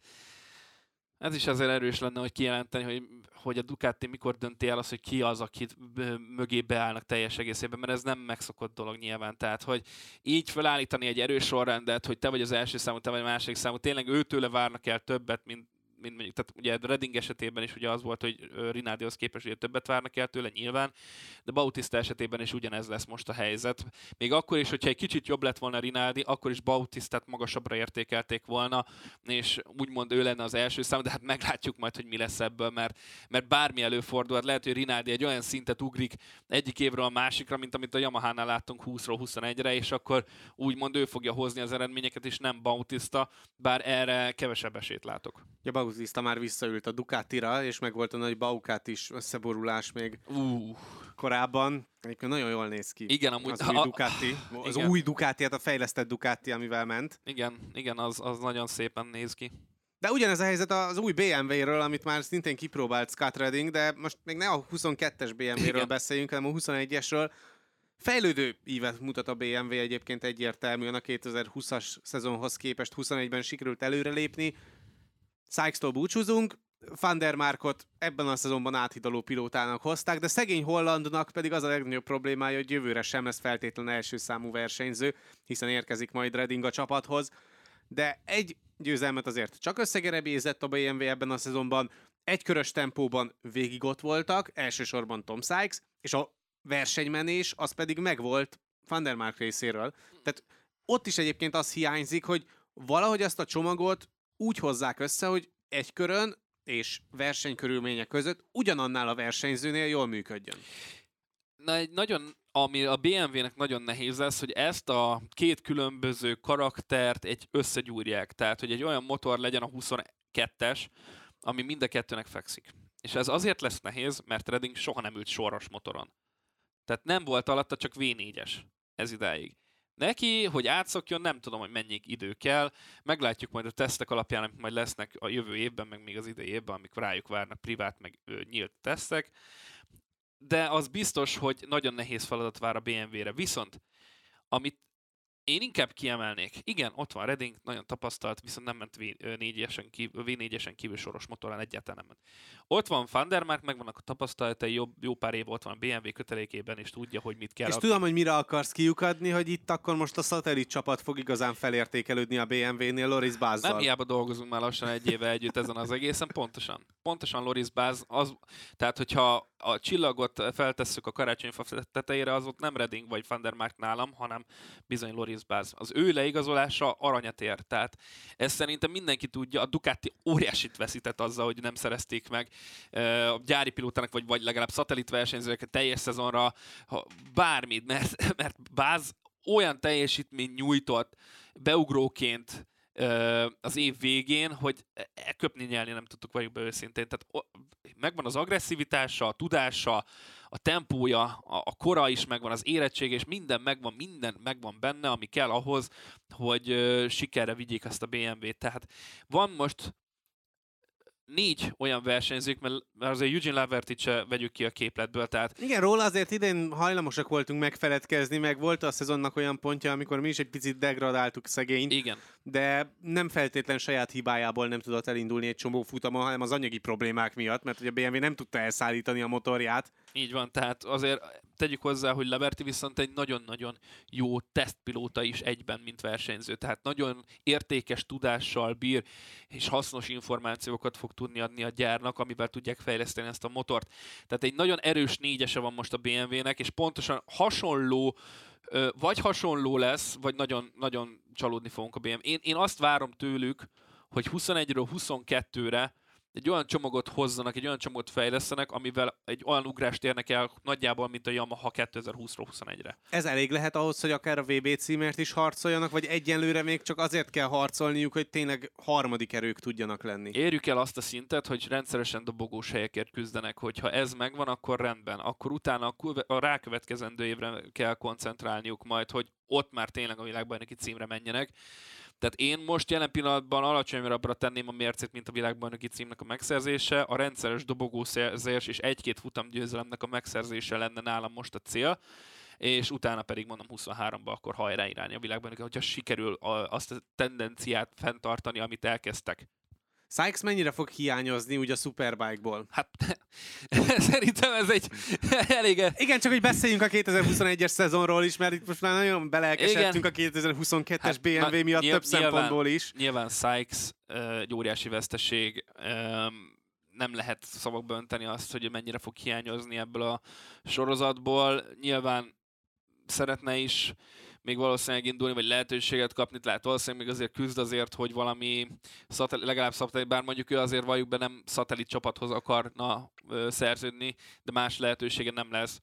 ez is azért erős lenne, hogy kijelenteni, hogy a Ducati mikor dönti el azt, hogy ki az, akit mögé beállnak teljes egészében, mert ez nem megszokott dolog nyilván. Tehát, hogy így felállítani egy erős sorrendet, hogy te vagy az első számú, te vagy a második számú, tényleg őtőle várnak el többet, mint mondjuk, tehát ugye a Reading esetében is ugye az volt, hogy Rinaldihoz képest ugye többet várnak el tőle nyilván, de Bautista esetében is ugyanez lesz most a helyzet. Még akkor is, hogyha egy kicsit jobb lett volna Rinaldi, akkor is Bautistát magasabbra értékelték volna, és úgymond ő lenne az első szám, de hát meglátjuk majd, hogy mi lesz ebből, mert bármi előfordulhat. Lehet, hogy Rinaldi egy olyan szintet ugrik egyik évről a másikra, mint amit a Yamahánál láttunk 20-ról 21-re, és akkor úgymond ő fogja hozni az eredményeket, és nem Bautista, bár erre kevesebb esélyt látok. Ja, Bautista már visszaült a Ducatira, és meg volt a nagy Baukat is összeborulás még korábban. Egyébként nagyon jól néz ki. Igen, amúgy az új Ducati. Az igen. új Ducati, hát a fejlesztett Ducati, amivel ment. Igen, az nagyon szépen néz ki. De ugyanez a helyzet az új BMW-ről, amit már szintén kipróbált Scott Redding, de most még ne a 22-es BMW-ről beszéljünk, hanem a 21-esről. Fejlődő ívet mutat a BMW egyébként egyértelműen a 2020-as szezonhoz képest 21-ben sikerült előrelépni. Sykes-tól búcsúzunk, Van der Markot ebben a szezonban áthidaló pilótának hozták, de szegény Hollandnak pedig az a legnagyobb problémája, hogy jövőre sem lesz feltétlen első számú versenyző, hiszen érkezik majd Redding a csapathoz. De egy győzelmet azért csak összegerebézett a BMW ebben a szezonban, egykörös tempóban végig ott voltak, elsősorban Tom Sykes, és a versenymenés az pedig megvolt Van der Mark részéről. Tehát ott is egyébként az hiányzik, hogy valahogy azt a csomagot úgy hozzák össze, hogy egy körön és versenykörülmények között ugyanannál a versenyzőnél jól működjön. Na, egy nagyon ami a BMW-nek nagyon nehéz lesz, hogy ezt a két különböző karaktert összegyúrják. Tehát, hogy egy olyan motor legyen a 22-es, ami mind a kettőnek fekszik. És ez azért lesz nehéz, mert Redding soha nem ült sorros motoron. Tehát nem volt alatta, csak V4-es ez idáig. Neki, hogy átszokjon, nem tudom, hogy mennyi idő kell. Meglátjuk majd a tesztek alapján, amik majd lesznek a jövő évben, meg még az idei évben, amikor rájuk várnak privát, meg nyílt tesztek. De az biztos, hogy nagyon nehéz feladat vár a BMW-re. Viszont, amit én inkább kiemelnék, igen, ott van Redding, nagyon tapasztalt, viszont nem ment V4-esen kívül soros motorán, egyáltalán nem ment. Ott van Van der Mark, megvannak a tapasztalatai, jó pár év ott van a BMW kötelékében, és tudja, hogy mit kell. És tudom, hogy mire akarsz kiukadni, hogy itt akkor most a szatellit csapat fog igazán felértékelődni a BMW-nél Loris Bazzal. Nem hiába dolgozunk már lassan egy éve együtt ezen az egészen, pontosan Loris Baz, tehát hogyha a csillagot feltesszük a karácsonyfa tetejére, az ott nem Redding vagy Van der Mark nálam, hanem bizony Loris Baz. Az ő leigazolása aranyat ér. Tehát ezt szerintem mindenki tudja. A Ducati óriásit veszített azzal, hogy nem szerezték meg a gyári pilótának, vagy legalább szatellitversenyzőket teljes szezonra bármit, mert Baz olyan teljesítményt nyújtott beugróként az év végén, hogy köpni-nyelni nem tudtuk, vagyok be őszintén. Tehát megvan az agresszivitása, a tudása, a tempója, a kora is megvan, az érettség, és minden megvan benne, ami kell ahhoz, hogy sikerre vigyék ezt a BMW-t. Tehát van most 4 olyan versenyzők, mert azért Eugene Lavertit se vegyük ki a képletből. Tehát... Igen, róla azért idén hajlamosak voltunk megfeledkezni, meg volt a szezonnak olyan pontja, amikor mi is egy picit degradáltuk szegényt. Igen. De nem feltétlen saját hibájából nem tudott elindulni egy csomó futamon, hanem az anyagi problémák miatt, mert ugye a BMW nem tudta elszállítani a motorját. Így van, tehát azért tegyük hozzá, hogy Laverty viszont egy nagyon-nagyon jó tesztpilóta is egyben, mint versenyző. Tehát nagyon értékes tudással bír, és hasznos információkat fog tudni adni a gyárnak, amivel tudják fejleszteni ezt a motort. Tehát egy nagyon erős 4-ese van most a BMW-nek, és pontosan hasonló lesz, vagy nagyon, nagyon csalódni fogunk a BMW. Én azt várom tőlük, hogy 21-ről 22-re egy olyan csomagot hozzanak, egy olyan csomagot fejlesztenek, amivel egy olyan ugrást érnek el nagyjából, mint a Yamaha 2020-ról 21-re. Ez elég lehet ahhoz, hogy akár a VB címért is harcoljanak, vagy egyenlőre még csak azért kell harcolniuk, hogy tényleg harmadik erők tudjanak lenni? Érjük el azt a szintet, hogy rendszeresen dobogós helyekért küzdenek, hogyha ez megvan, akkor rendben. Akkor utána a rákövetkezendő évre kell koncentrálniuk majd, hogy ott már tényleg a világbajnoki címre menjenek. Tehát én most jelen pillanatban alacsonyabbra tenném a mércét, mint a világbajnoki címnek a megszerzése. A rendszeres dobogószerzés és 1-2 futamgyőzelemnek a megszerzése lenne nálam most a cél, és utána pedig mondom 23-ban akkor hajrá irányi a világbajnoki, hogyha sikerül azt a tendenciát fenntartani, amit elkezdtek. Sykes mennyire fog hiányozni úgy a Superbike-ból? Hát szerintem ez egy elég... Igen, csak hogy beszéljünk a 2021-es szezonról is, mert itt most már nagyon belelkesedtünk a 2022-es hát, BMW miatt több szempontból is. Nyilván Sykes egy óriási veszteség, nem lehet szavakba önteni azt, hogy mennyire fog hiányozni ebből a sorozatból. Nyilván szeretne is még valószínűleg indulni, vagy lehetőséget kapni, lehet valószínűleg még azért küzd azért, hogy valami legalább szatellit, bár mondjuk ő azért valljuk be nem szatellit csapathoz akarna szerződni, de más lehetősége nem lesz.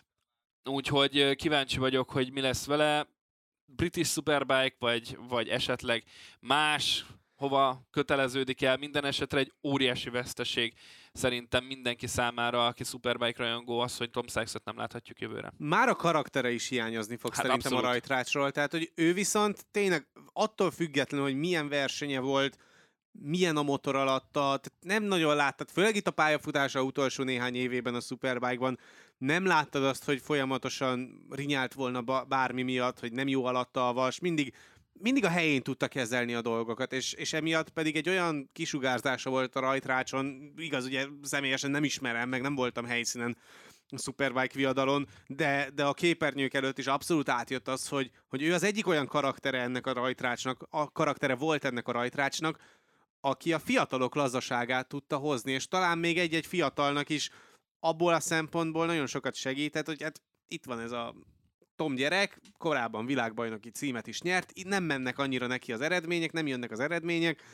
Úgyhogy kíváncsi vagyok, hogy mi lesz vele. British Superbike, vagy esetleg más, hova köteleződik el, minden esetre egy óriási veszteség szerintem mindenki számára, aki Superbike rajongó, az, hogy Tom Sykes-ot nem láthatjuk jövőre. Már a karaktere is hiányozni fog szerintem abszolút. A rajtrácsról, tehát hogy ő viszont tényleg attól függetlenül, hogy milyen versenye volt, milyen a motor alatta, tehát nem nagyon láttad, főleg itt a pályafutása utolsó néhány évében a Superbike-ban, nem láttad azt, hogy folyamatosan rinyált volna bármi miatt, hogy nem jó alatta a vas, mindig a helyén tudta kezelni a dolgokat, és emiatt pedig egy olyan kisugárzása volt a rajtrácson, igaz, ugye személyesen nem ismerem, meg nem voltam helyszínen a Superbike viadalon, de a képernyők előtt is abszolút átjött az, hogy ő az egyik olyan karaktere ennek a rajtrácsnak, a karaktere volt ennek a rajtrácsnak, aki a fiatalok lazaságát tudta hozni, és talán még egy-egy fiatalnak is abból a szempontból nagyon sokat segített, hogy hát itt van ez a Tom gyerek, korábban világbajnoki címet is nyert, nem mennek annyira neki az eredmények, nem jönnek az eredmények,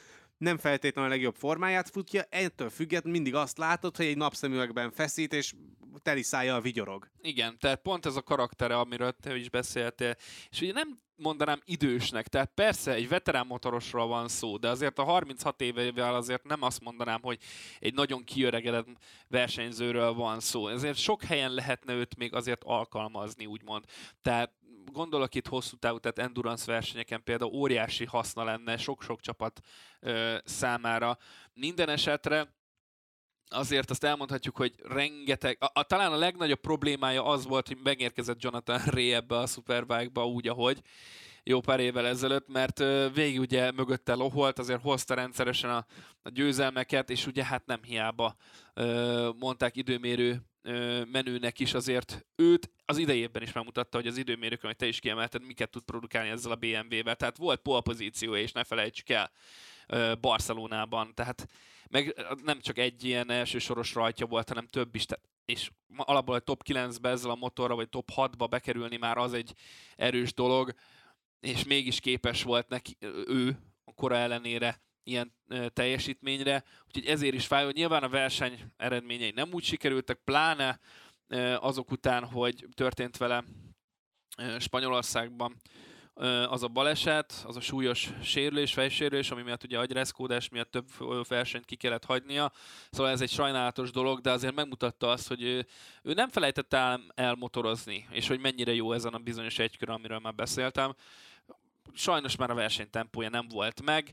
nem feltétlenül a legjobb formáját futja, ettől függetlenül mindig azt látod, hogy egy napszemüvegben feszít, és teli szájjal vigyorog. Igen, tehát pont ez a karaktere, amiről te is beszéltél. És ugye nem mondanám idősnek, tehát persze egy veterán motorosról van szó, de azért a 36 évevel azért nem azt mondanám, hogy egy nagyon kiöregedett versenyzőről van szó. Ezért sok helyen lehetne őt még azért alkalmazni, úgymond. Tehát gondolok itt hosszú távú, tehát endurance versenyeken például óriási haszna lenne sok-sok csapat számára. Minden esetre azért azt elmondhatjuk, hogy rengeteg, talán a legnagyobb problémája az volt, hogy megérkezett Jonathan Rea ebbe a Superbike-ba úgy, ahogy jó pár évvel ezelőtt, mert végig ugye mögötte loholt, azért hozta rendszeresen a győzelmeket, és ugye hát nem hiába mondták időmérő menőnek is, azért őt az idejében is megmutatta, hogy az időmérők, amit te is kiemelted, miket tud produkálni ezzel a BMW-vel. Tehát volt pole pozíciója, és ne felejtsük el Barcelonában. Tehát meg nem csak egy ilyen elsősoros rajtja volt, hanem több is. És alapból a top 9-be ezzel a motorra, vagy top 6-ba bekerülni már az egy erős dolog, és mégis képes volt neki ő a kora ellenére ilyen teljesítményre, úgyhogy ezért is fáj, hogy nyilván a verseny eredményei nem úgy sikerültek, pláne azok után, hogy történt vele Spanyolországban az a baleset, az a súlyos sérülés, fejsérülés, ami miatt ugye agyreszkódás miatt több versenyt ki kellett hagynia. Szóval ez egy sajnálatos dolog, de azért megmutatta azt, hogy ő nem felejtett el motorozni, és hogy mennyire jó ezen a bizonyos egykörön, amiről már beszéltem. Sajnos már a versenytempója nem volt meg.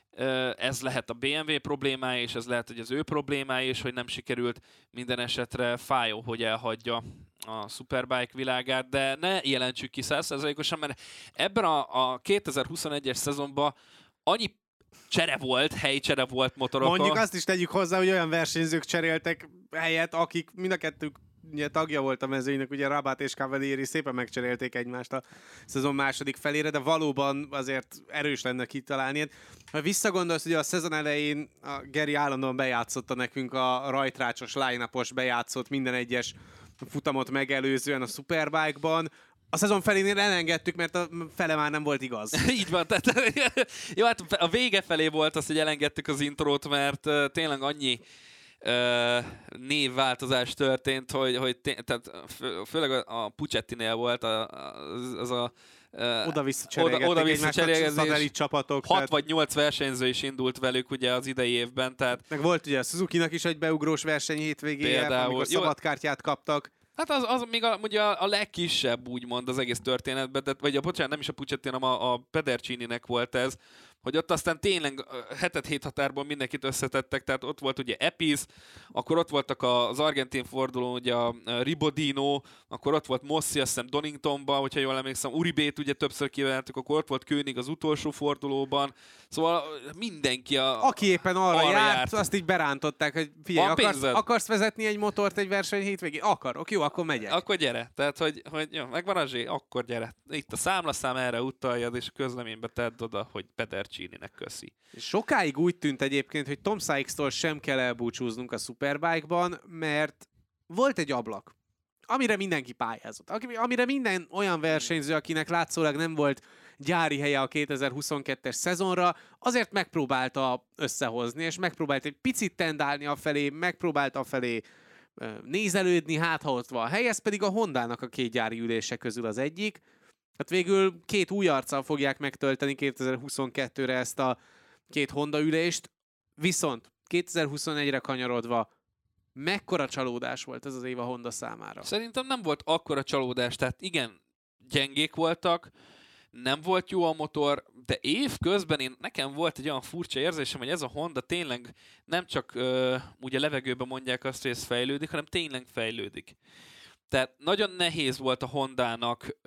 Ez lehet a BMW problémája, és ez lehet, hogy az ő problémája, és hogy nem sikerült. Minden esetre fájó, hogy elhagyja a Superbike világát, de ne jelentsük ki 100%-osan, mert ebben a 2021-es szezonban annyi helycsere volt motorokon. Mondjuk azt is tegyük hozzá, hogy olyan versenyzők cseréltek helyet, akik mind a kettők ugye tagja volt a mezőnynek, ugye Rabat és Cavalieri szépen megcserélték egymást a szezon második felére, de valóban azért erős lenne kitalálni. Ha visszagondolsz, hogy a szezon elején a Geri állandóan bejátszotta nekünk a rajtrácsos, line-upos bejátszott minden egyes futamot megelőzően a Superbike-ban. A szezon felénél elengedtük, mert a fele már nem volt igaz. Így van, tehát jó, hát a vége felé volt az, hogy elengedtük az intrót, mert tényleg annyi névváltozás történt, hogy tehát főleg a Pucsettinél volt az a oda-vissza cserélgették csapatok. 6 vagy 8 versenyző is indult velük ugye az idei évben. Tehát meg volt ugye a Suzuki-nak is egy beugrós verseny hétvégéje, amikor szabadkártyát kaptak. Hát az még ugye a legkisebb, úgymond az egész történetben, vagy bocsánat, nem is a Puccetti, hanem a Pedercininek volt ez, hogy ott aztán tényleg hetet-hét határból mindenkit összetettek, tehát ott volt ugye Episz, akkor ott voltak az argentin fordulón ugye a Ribodino, akkor ott volt Mossi, azt hiszem Doningtonban, hogyha jól emlékszem, Uribét ugye többször kivehetük, akkor ott volt König az utolsó fordulóban, szóval mindenki aki éppen arra járt, azt így berántották, hogy figyelj, akarsz vezetni egy motort egy verseny hétvégén? Akarok, jó, akkor megyek. Akkor gyere, tehát hogy jó, megvan a zsé, akkor gyere. Itt a számlaszám, erre utaljad, és a közleménybe tedd oda, hogy Pedercininek köszi. Sokáig úgy tűnt egyébként, hogy Tom Sykes-tól sem kell elbúcsúznunk a Superbike-ban, mert volt egy ablak, amire mindenki pályázott. Amire minden olyan versenyző, akinek látszólag nem volt gyári helye a 2022-es szezonra, azért megpróbálta összehozni, és megpróbált egy picit tendálni afelé, megpróbálta afelé nézelődni, hát ha ott van a hely, ez pedig a Hondának a 2 gyári ülése közül az egyik. Hát végül 2 új arccal fogják megtölteni 2022-re ezt a 2 Honda ülést, viszont 2021-re kanyarodva mekkora csalódás volt ez az év a Honda számára? Szerintem nem volt akkora csalódás, tehát igen, gyengék voltak, nem volt jó a motor, de év közben nekem volt egy olyan furcsa érzésem, hogy ez a Honda tényleg nem csak ugye levegőben mondják azt, hogy ez fejlődik, hanem tényleg fejlődik. Tehát nagyon nehéz volt a Hondának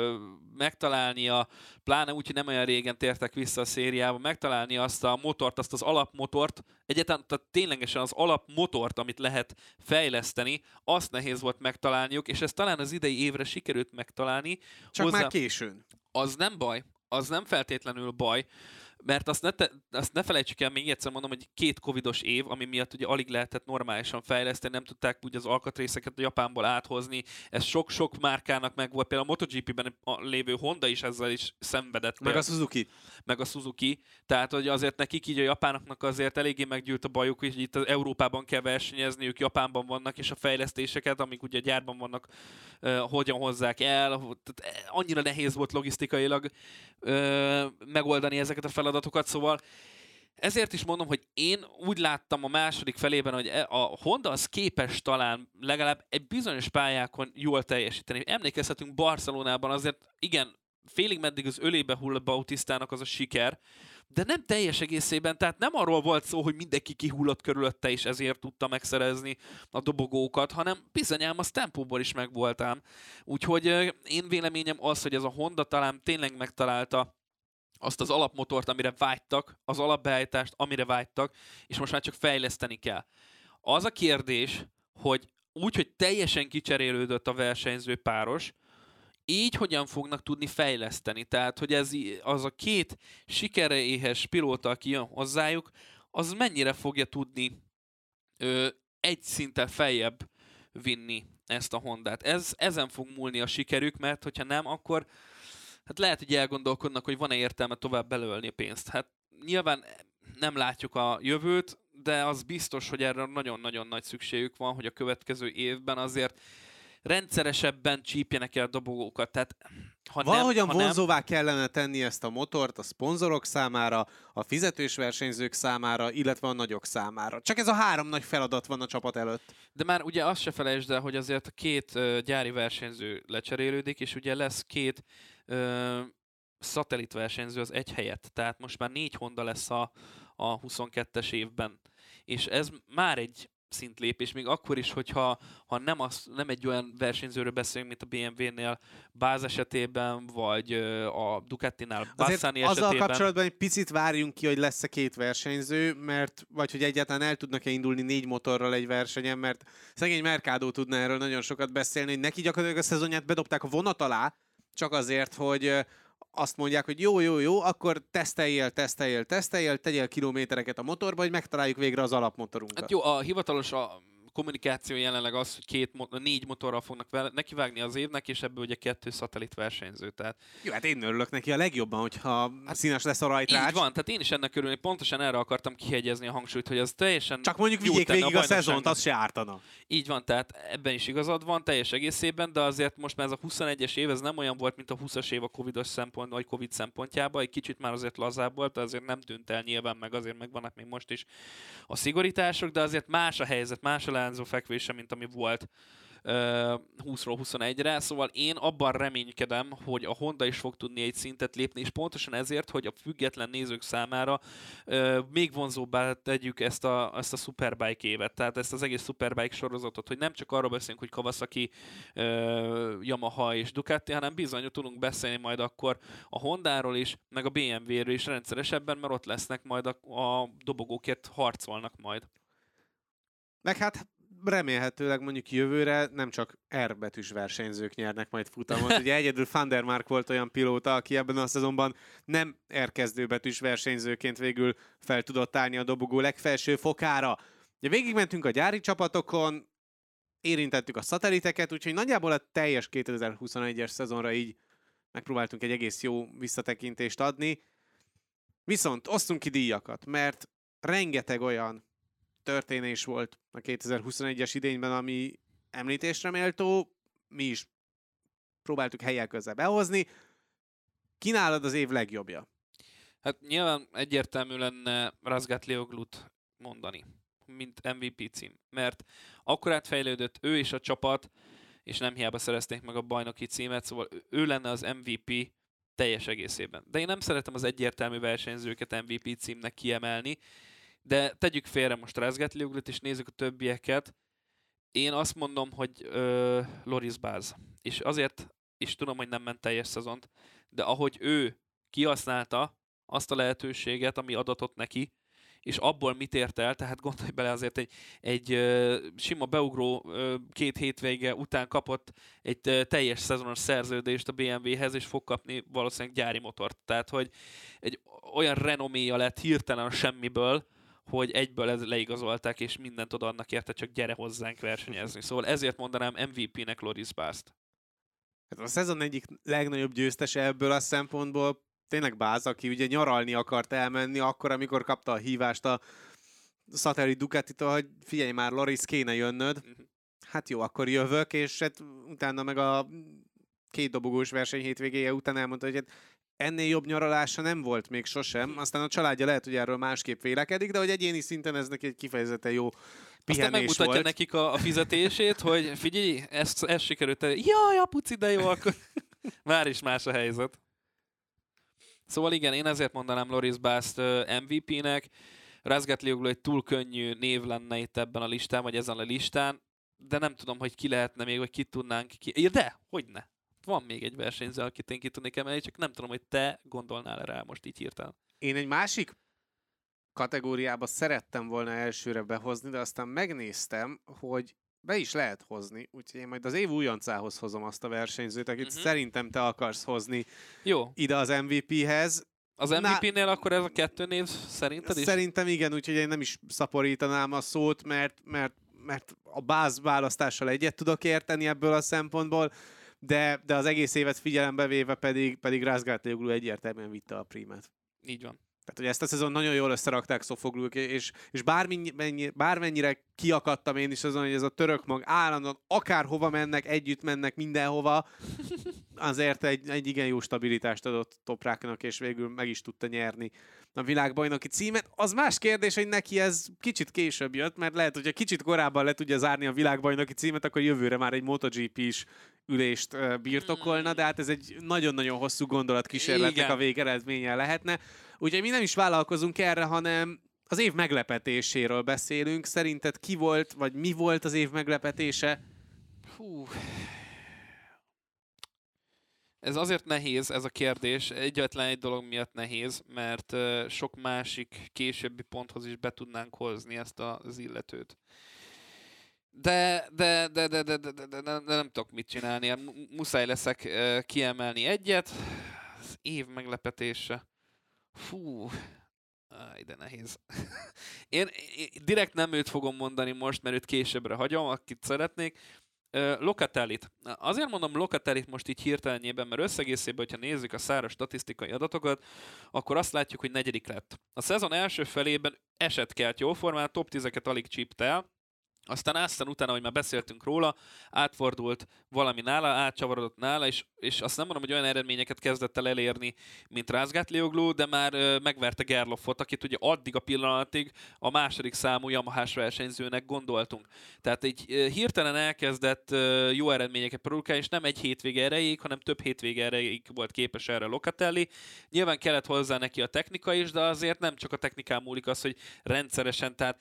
megtalálnia, pláne úgy, hogy nem olyan régen tértek vissza a szériába, megtalálni azt a motort, azt az alapmotort, egyáltalán tehát ténylegesen az alapmotort, amit lehet fejleszteni, azt nehéz volt megtalálniuk, és ezt talán az idei évre sikerült megtalálni. Csak már későn. Az nem baj, az nem feltétlenül baj, Mert azt ne felejtsük el, még egyszer mondom, hogy 2 covidos év, ami miatt ugye alig lehetett normálisan fejleszteni, nem tudták úgy az alkatrészeket a Japánból áthozni. Ez sok-sok márkának meg volt, például a MotoGP-ben lévő Honda is ezzel is szenvedett. Meg a Suzuki. Meg a Suzuki. Tehát, hogy azért nekik így a japánoknak azért eléggé meggyűlt a bajuk, hogy itt az Európában kell versenyezni, ők Japánban vannak, és a fejlesztéseket, amik ugye gyárban vannak, hogyan hozzák el. Tehát annyira nehéz volt logisztikailag megoldani ezeket a feladatokat, szóval ezért is mondom, hogy én úgy láttam a második felében, hogy a Honda az képes talán legalább egy bizonyos pályákon jól teljesíteni. Emlékezhetünk Barcelonában azért, igen, félig meddig az ölébe hullott Bautistának az a siker, de nem teljes egészében, tehát nem arról volt szó, hogy mindenki kihullott körülötte, és ezért tudta megszerezni a dobogókat, hanem bizonyám az tempóból is megvoltám. Úgyhogy én véleményem az, hogy ez a Honda talán tényleg megtalálta azt az alapmotort, amire vágytak, az alapbeállítást, amire vágytak, és most már csak fejleszteni kell. Az a kérdés, hogy úgy, hogy teljesen kicserélődött a versenyző páros, így hogyan fognak tudni fejleszteni. Tehát, hogy ez az a 2 sikerre éhes pilóta, aki jön hozzájuk, az mennyire fogja tudni egy szinten feljebb vinni ezt a Hondát. Ezen fog múlni a sikerük, mert hogyha nem, akkor hát lehet, hogy elgondolkodnak, hogy van-e értelme tovább belőlni pénzt. Hát nyilván nem látjuk a jövőt, de az biztos, hogy erre nagyon-nagyon nagy szükségük van, hogy a következő évben azért rendszeresebben csípjenek el dobogókat. Tehát, valahogyan vonzóvá kellene tenni ezt a motort a szponzorok számára, a fizetős versenyzők számára, illetve a nagyok számára. Csak ez a 3 nagy feladat van a csapat előtt. De már ugye azt se felejtsd el, hogy azért a 2 gyári versenyző lecserélődik, és ugye lesz 2 szatellit versenyző az egy helyett. Tehát most már 4 Honda lesz a 22-es évben. És ez már egy szintlépés, még akkor is, hogyha nem egy olyan versenyzőről beszélünk, mint a BMW-nél Báz esetében, vagy a Ducatinál Bassani esetében. Azzal kapcsolatban egy picit várjunk ki, hogy lesz-e 2 versenyző, mert vagy hogy egyáltalán el tudnak-e indulni 4 motorral egy versenyen, mert szegény Mercado tudna erről nagyon sokat beszélni, hogy neki gyakorlatilag a szezonját bedobták a vonat alá, csak azért, hogy azt mondják, hogy jó, akkor teszteljél, tegyél kilométereket a motorba, hogy megtaláljuk végre az alapmotorunkat. Hát jó, a hivatalos kommunikáció jelenleg az, hogy 4 motorral fognak nekivágni az évnek, és ebből ugye 2 szatellit versenyző. Tehát... Jó, hát én örülök neki a legjobban, hogyha színes lesz a rajtrács. Így van, tehát én is ennek örülnék, pontosan erre akartam kihegyezni a hangsúlyt, hogy ez teljesen... Csak mondjuk vigyék végig a szezont, az se ártana. Így van, tehát ebben is igazad van, teljes egészében, de azért most már ez a 21-es év, ez nem olyan volt, mint a 20-as év a Covid-os szempont, vagy Covid szempontjában, egy kicsit már azért lazább volt, de azért nem tűnt el nyilván, meg azért megvannak még most is a szigorítások, de azért más a helyzet, más a leányzó fekvése, mint ami volt 20-ról 21-re, szóval én abban reménykedem, hogy a Honda is fog tudni egy szintet lépni, és pontosan ezért, hogy a független nézők számára még vonzóbbá tegyük ezt a Superbike évet, tehát ezt az egész Superbike sorozatot, hogy nem csak arról beszélünk, hogy Kawasaki, Yamaha és Ducati, hanem bizony tudunk beszélni majd akkor a Hondáról is, meg a BMW-ről is rendszeresebben, mert ott lesznek majd a dobogókért harcolnak majd. Meg hát remélhetőleg mondjuk jövőre nem csak R betűs versenyzők nyernek majd futamot. Ugye egyedül Van der Mark volt olyan pilóta, aki ebben a szezonban nem R kezdőbetűs versenyzőként végül fel tudott állni a dobogó legfelső fokára. Ugye végigmentünk a gyári csapatokon, érintettük a szatelliteket, úgyhogy nagyjából a teljes 2021-es szezonra így megpróbáltunk egy egész jó visszatekintést adni. Viszont osztunk ki díjakat, mert rengeteg olyan történés volt a 2021-es idényben, ami említésre méltó, mi is próbáltuk helyek közel behozni. Ki nálad az év legjobbja? Hát nyilván egyértelmű lenne Razgatlioglut mondani, mint MVP cím, mert akkor átfejlődött ő és a csapat, és nem hiába szerezték meg a bajnoki címet, szóval ő lenne az MVP teljes egészében. De én nem szeretem az egyértelmű versenyzőket MVP címnek kiemelni, de tegyük félre most Razgatlioglut, és nézzük a többieket. Én azt mondom, hogy Loris Báz. És azért is tudom, hogy nem ment teljes szezont, de ahogy ő kihasználta azt a lehetőséget, ami adatot neki, és abból mit ért el, tehát gondolj bele azért egy sima beugró 2 hétvége után kapott egy teljes szezonos szerződést a BMW-hez, és fog kapni valószínűleg gyári motort. Tehát, hogy egy olyan renoméja lett hirtelen a semmiből, hogy egyből leigazolták, és mindent odaadnak érte, csak gyere hozzánk versenyezni. Szóval ezért mondanám MVP-nek Loris Bast. Hát a szezon egyik legnagyobb győztese ebből a szempontból tényleg Báz, aki ugye nyaralni akart elmenni, akkor, amikor kapta a hívást a Sateri Ducatitól, hogy figyelj már, Loris, kéne jönnöd. Hát jó, akkor jövök, és hát utána meg a 2 dobogós verseny hétvégéje után elmondta, hogy hát ennél jobb nyaralása nem volt még sosem. Aztán a családja lehet, hogy erről másképp vélekedik, de hogy egyéni szinten ez neki egy kifejezetten jó pihenés aztán megmutatja volt. nekik a fizetését, hogy figyelj, ezt sikerült. Jaj, apuci, de jó, akkor már is más a helyzet. Szóval igen, én ezért mondanám Loris Bast MVP-nek. Razgatlioglu egy túl könnyű név lenne itt ebben a listán, vagy ezen a listán, de nem tudom, hogy ki lehetne még, vagy kit tudnánk ki. De, hogyne. Van még egy versenyző, akit én ki tudnék emelni, csak nem tudom, hogy te gondolnál rá most így hirtelen. Én egy másik kategóriába szerettem volna elsőre behozni, de aztán megnéztem, hogy be is lehet hozni, úgyhogy én majd az év újoncához hozom azt a versenyzőt, akit szerintem te akarsz hozni jó. Ide az MVP-hez. Az MVP-nél akkor ez a 2 név szerinted is? Szerintem igen, úgyhogy én nem is szaporítanám a szót, mert a Báz választással egyet tudok érteni ebből a szempontból, de az egész évet figyelembe véve pedig Razgatlioglu egyértelműen vitte a prímet. Így van. Tehát, hogy ezt a szezon nagyon jól összerakták Sofogluk, és bármennyire kiakadtam én is azon, hogy ez a török mag állandóan akárhova mennek, együtt mennek mindenhova, azért egy igen jó stabilitást adott Topraknak, és végül meg is tudta nyerni a világbajnoki címet. Az más kérdés, hogy neki ez kicsit később jött, mert lehet, hogyha kicsit korábban le tudja zárni a világbajnoki címet, akkor jövőre már egy MotoGP-s ülést birtokolna, de hát ez egy nagyon-nagyon hosszú gondolatkísérletnek a végeredménye lehetne. Úgyhogy mi nem is vállalkozunk erre, hanem az év meglepetéséről beszélünk. Szerinted ki volt, vagy mi volt az év meglepetése? Hú. Ez azért nehéz, ez a kérdés. Egyetlen egy dolog miatt nehéz, mert sok másik későbbi ponthoz is be tudnánk hozni ezt az illetőt. De nem tudok mit csinálni. Muszáj leszek kiemelni egyet. Az év meglepetése. Fú, de nehéz. Én direkt nem őt fogom mondani most, mert őt későbbre hagyom, akit szeretnék. Locatellit. Azért mondom Locatellit most így hirtelenjében, mert összegészében, hogyha nézzük a száraz statisztikai adatokat, akkor azt látjuk, hogy 4. lett. A szezon első felében esett kelt jó formán, top 10-eket alig csípt el, aztán utána, hogy már beszéltünk róla, átfordult valami nála, átcsavarodott nála, és azt nem mondom, hogy olyan eredményeket kezdett el elérni, mint Razgatlioglu, de már megverte Gerloffot, akit ugye addig a pillanatig a második számú Yamahás versenyzőnek gondoltunk. Tehát egy hirtelen elkezdett jó eredményeket produkálni, és nem egy hétvége erejéig, hanem több hétvége erejéig volt képes erre Locatelli. Nyilván kellett hozzá neki a technika is, de azért nem csak a technikán múlik az, hogy rendszeresen, tehát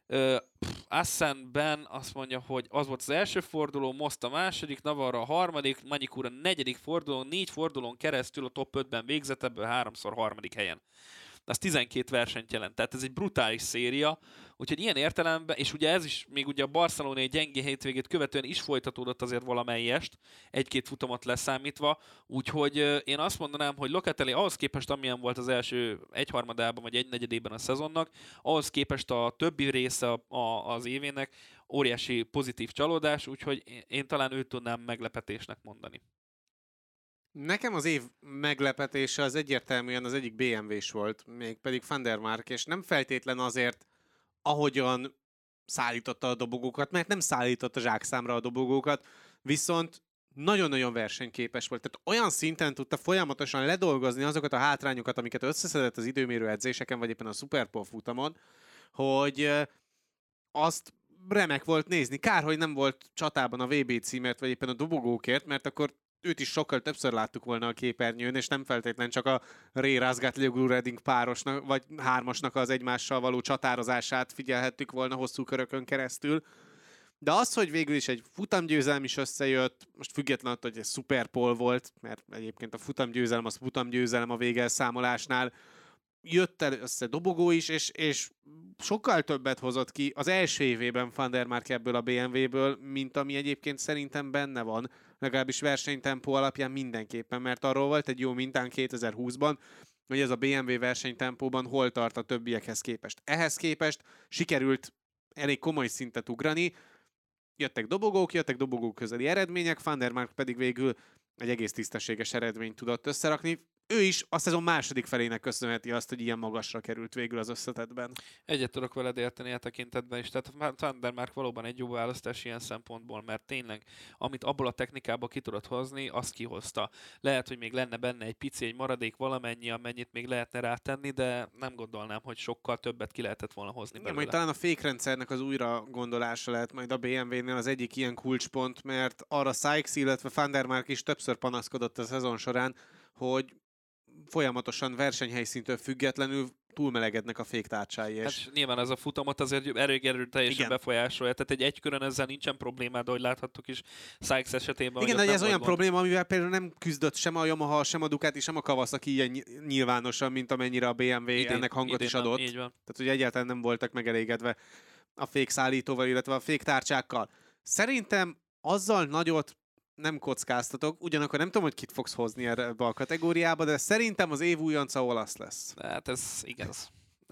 Assenben azt mondja, hogy az volt az első forduló, Most a második, Navarra a harmadik, Manikura a 4. forduló, 4 fordulón keresztül a top 5-ben végzett, ebből 3-szor 3. helyen. Az 12 versenyt jelent, tehát ez egy brutális széria, úgyhogy ilyen értelemben, és ugye ez is még ugye a barcelonai gyenge hétvégét követően is folytatódott azért valamelyest, 1-2 futamot leszámítva, úgyhogy én azt mondanám, hogy Locatelli ahhoz képest, amilyen volt az első 1/3-ában vagy 1/4-ében a szezonnak, ahhoz képest a többi része az évének óriási pozitív csalódás, úgyhogy én talán őt tudnám meglepetésnek mondani. Nekem az év meglepetése az egyértelműen az egyik BMW-s volt, mégpedig Van der Mark, és nem feltétlen azért, ahogyan szállította a dobogókat, mert nem szállította zsákszámra a dobogókat, viszont nagyon-nagyon versenyképes volt. Tehát olyan szinten tudta folyamatosan ledolgozni azokat a hátrányokat, amiket összeszedett az időmérő edzéseken, vagy éppen a Superpole futamon, hogy azt remek volt nézni. Kár, hogy nem volt csatában a VB címért, vagy éppen a dobogókért, mert akkor őt is sokkal többször láttuk volna a képernyőn, és nem feltétlen csak a Ray Razgatlioglu Redding párosnak, vagy hármasnak az egymással való csatározását figyelhettük volna hosszú körökön keresztül. De az, hogy végül is egy futamgyőzelem is összejött, most független attól, hogy ez Superpole volt, mert egyébként a futamgyőzelem az futamgyőzelem a végelszámolásnál, jött először dobogó is, és sokkal többet hozott ki az első évében Van der Mark ebből a BMW-ből, mint ami egyébként szerintem benne van, legalábbis versenytempó alapján mindenképpen, mert arról volt egy jó mintán 2020-ban, hogy ez a BMW versenytempóban hol tart a többiekhez képest. Ehhez képest sikerült elég komoly szintet ugrani, jöttek dobogók közeli eredmények, Van der Mark pedig végül egy egész tisztességes eredményt tudott összerakni. Ő is a szezon második felének köszönheti azt, hogy ilyen magasra került végül az összetettben. Egyet tudok veled érteni a tekintetben is, tehát Van der Mark valóban egy jó választás ilyen szempontból, mert tényleg, amit abból a technikából ki tudott hozni, azt kihozta. Lehet, hogy még lenne benne egy pici, egy maradék valamennyi, amennyit még lehetne rátenni, de nem gondolnám, hogy sokkal többet ki lehetett volna hozni belőle. Majd talán a fékrendszernek az újra gondolása lehet majd a BMW-nél az egyik ilyen kulcspont, mert arra Sykes, illetve Van der Mark is többször panaszkodott a szezon során, hogy folyamatosan versenyhelyszíntől függetlenül túlmelegednek a féktárcsái. Hát nyilván ez a futamot azért erőteljesen befolyásolja, tehát egy egykörön ezzel nincsen problémád, ahogy láthattuk is Sykes esetében. Igen, de ez olyan probléma, amivel például nem küzdött sem a Yamaha, sem a Ducati, sem a Kawasaki ilyen nyilvánosan, mint amennyire a BMW ennek hangot is adott. Így van. Tehát, hogy egyáltalán nem voltak megelégedve a fékszállítóval, illetve a féktárcsákkal. Szerintem azzal nagyot nem kockáztatok, ugyanakkor nem tudom, hogy kit fogsz hozni ebbe a kategóriába, de szerintem az év újonca olasz lesz. Hát ez igaz.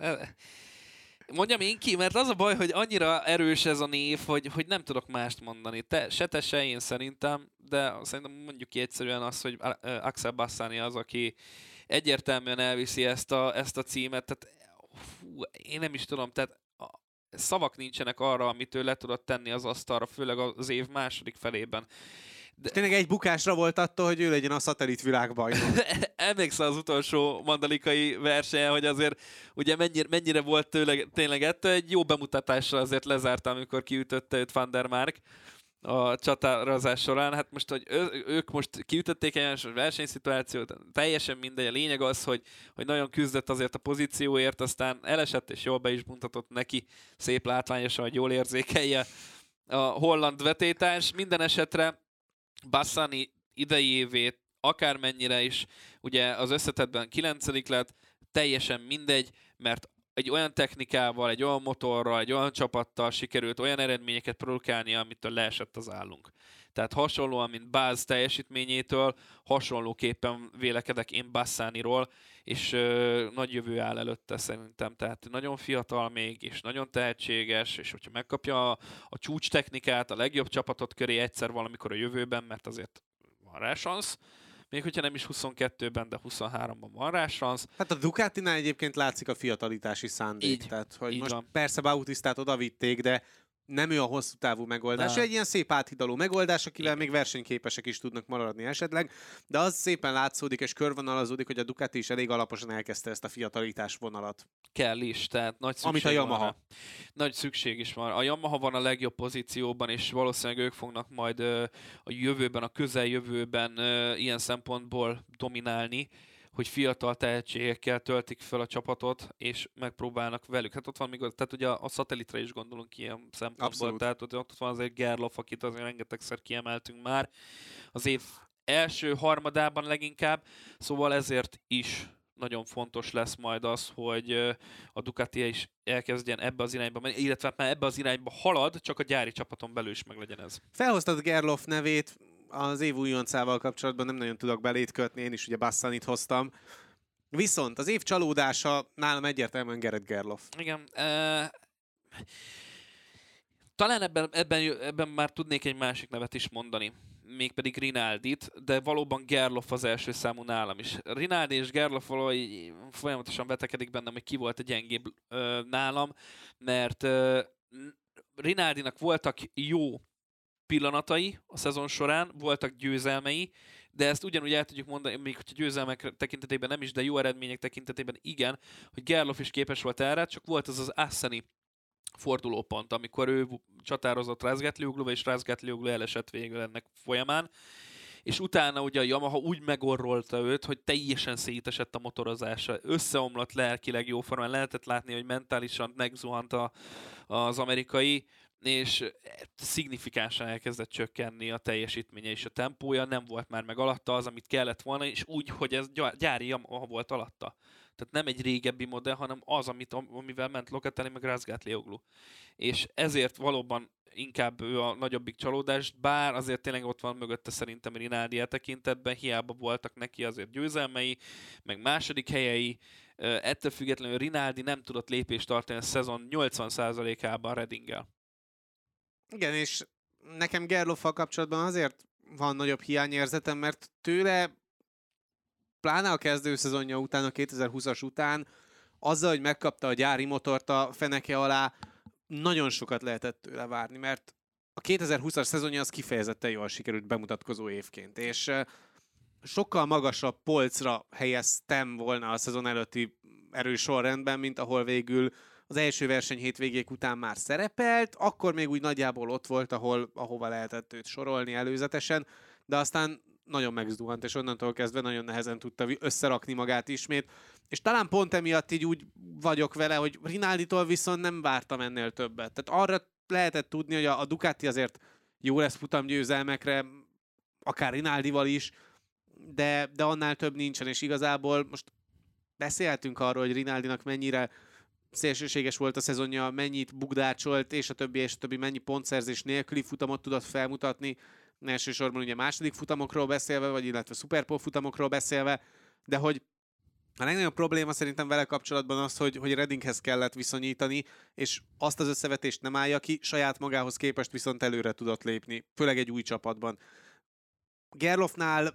Mondjam én ki, mert az a baj, hogy annyira erős ez a név, hogy nem tudok mást mondani. Se te, se én szerintem, de szerintem mondjuk ki egyszerűen az, hogy Axel Bassani az, aki egyértelműen elviszi ezt a címet. Tehát én nem is tudom, tehát szavak nincsenek arra, amit ő le tudott tenni az asztalra, főleg az év második felében. De tényleg egy bukásra volt attól, hogy ő legyen a szatellit világbajnok. Emlékszel az utolsó mandalikai versenyen, hogy azért ugye mennyire volt tényleg ettől, egy jó bemutatással azért lezárta, amikor kiütötte őt Van der Mark a csatározás során. Hát most, hogy ők most kiütötték egy versenyszituációt, teljesen mindegy. A lényeg az, hogy nagyon küzdött azért a pozícióért, aztán elesett és jól be is mutatott neki, szép látványosan, hogy jól érzékelje a holland vetétás. Minden esetre Bassani idei évét akármennyire is, ugye az összetettben 9. lett, teljesen mindegy, mert egy olyan technikával, egy olyan motorral, egy olyan csapattal sikerült olyan eredményeket produkálni, amitől leesett az állunk. Tehát hasonlóan, mint Baz teljesítményétől, hasonlóképpen vélekedek én Bassaniról, és nagy jövő áll előtte szerintem. Tehát nagyon fiatal még, és nagyon tehetséges, és hogyha megkapja a csúcs technikát, a legjobb csapatot köré egyszer valamikor a jövőben, mert azért van rá szansz, még hogyha nem is 22-ben, de 23-ban van rá szansz. Hát a Ducatinál egyébként látszik a fiatalitási szándék. Így, tehát, hogy most van. Persze Bautistát odavitték, de nem ő a hosszú távú megoldás. Egy ilyen szép áthidaló megoldás, akivel még versenyképesek is tudnak maradni esetleg, de az szépen látszódik és körvonalazódik, hogy a Ducati is elég alaposan elkezdte ezt a fiatalitás vonalat. Kell is, tehát nagy szükség Amit a Yamaha. van. Nagy szükség is van. A Yamaha van a legjobb pozícióban, és valószínűleg ők fognak majd a jövőben, a közeljövőben ilyen szempontból dominálni, hogy fiatal tehetségekkel töltik fel a csapatot, és megpróbálnak velük. Hát ott van még, tehát ugye a szatellitra is gondolunk ilyen szempontból, Abszolút. tehát ott van azért Gerloff, akit azért rengetegszer kiemeltünk már az év első harmadában leginkább, szóval ezért is nagyon fontos lesz majd az, hogy a Ducati is elkezdjen ebbe az irányba menni, illetve már ebbe az irányba halad, csak a gyári csapaton belül is meg legyen ez. Felhoztad Gerloff nevét, az év újoncával kapcsolatban nem nagyon tudok belét kötni, én is ugye Bassanit hoztam. Viszont az év csalódása nálam egyértelműen Gerrit Gerloff. Igen. Talán ebben már tudnék egy másik nevet is mondani, mégpedig Rinaldit, de valóban Gerloff az első számú nálam is. Rinaldi és Gerloff valahogy folyamatosan vetekedik bennem, hogy ki volt a gyengébb nálam, mert Rinaldinak voltak jó pillanatai a szezon során, voltak győzelmei, de ezt ugyanúgy el tudjuk mondani, még hogyha győzelmek tekintetében nem is, de jó eredmények tekintetében igen, hogy Gerloff is képes volt erre, csak volt az Assani fordulópont, amikor ő csatározott Razgatliogluba, és Razgatlioglu elesett végül ennek folyamán, és utána ugye a Yamaha úgy megorrolta őt, hogy teljesen szétesett a motorozása, összeomlott lelkileg jóformán, lehetett látni, hogy mentálisan megzuhant az amerikai, és szignifikánsan elkezdett csökkenni a teljesítménye és a tempója, nem volt már meg alatta az, amit kellett volna, és úgy, hogy ez gyári Yamaha volt alatta. Tehát nem egy régebbi modell, hanem az, amivel ment Locatelli meg Razgatlioglu. És ezért valóban inkább ő a nagyobbik csalódás, bár azért tényleg ott van mögötte szerintem Rinaldi e tekintetben, hiába voltak neki azért győzelmei, meg második helyei, ettől függetlenül Rinaldi nem tudott lépést tartani a szezon 80%-ában Readinggel. Igen, és nekem Gerloffal kapcsolatban azért van nagyobb hiányérzetem, mert tőle pláne a kezdőszezonja után, a 2020-as után, azzal, hogy megkapta a gyári motort a feneke alá, nagyon sokat lehetett tőle várni, mert a 2020-as szezonja az kifejezetten jól sikerült bemutatkozó évként, és sokkal magasabb polcra helyeztem volna a szezon előtti erős sorrendben, mint ahol végül az első verseny hétvégék után már szerepelt, akkor még úgy nagyjából ott volt, ahova lehetett őt sorolni előzetesen, de aztán nagyon megzuhant, és onnantól kezdve nagyon nehezen tudta összerakni magát ismét, és talán pont emiatt így úgy vagyok vele, hogy Rinalditól viszont nem vártam ennél többet. Tehát arra lehetett tudni, hogy a Ducati azért jó lesz futamgyőzelmekre, akár Rinaldival is, de annál több nincsen, és igazából most beszéltünk arról, hogy Rinaldinak mennyire szélsőséges volt a szezonja, mennyit bugdácsolt, és a többi mennyi pontszerzés nélküli futamot tudott felmutatni, elsősorban ugye második futamokról beszélve, vagy illetve Superpole futamokról beszélve, de hogy a legnagyobb probléma szerintem vele kapcsolatban az, hogy Reddinghez kellett viszonyítani, és azt az összevetést nem állja ki, saját magához képest viszont előre tudott lépni, főleg egy új csapatban. Gerloffnál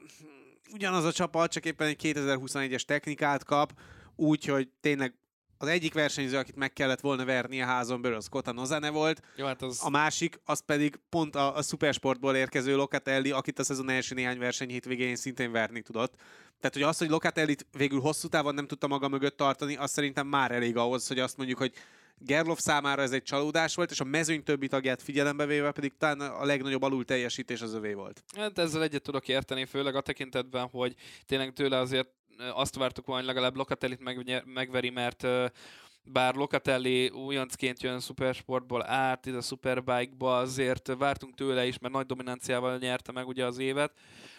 ugyanaz a csapat, csak éppen egy 2021-es technikát kap, úgyhogy tényleg az egyik versenyző, akit meg kellett volna verni a házon belül, az Kota Nozane volt. Jó, hát az... A másik, az pedig pont a Supersportból érkező Locatelli, akit a szezon első néhány verseny hétvégén szintén verni tudott. Tehát, hogy az, hogy Locatellit végül hosszú távon nem tudta maga mögött tartani, az szerintem már elég ahhoz, hogy azt mondjuk, hogy Gerloff számára ez egy csalódás volt, és a mezőny többi tagját figyelembe véve pedig talán a legnagyobb alul teljesítés az övé volt. Hát ezzel egyet tudok érteni, főleg a tekintetben, hogy tényleg tőle azért azt vártuk volna, hogy legalább Locatellit megveri, mert bár Locatelli újoncként jön Supersportból át, ide a Superbike-ba, azért vártunk tőle is, mert nagy dominanciával nyerte meg ugye az évet,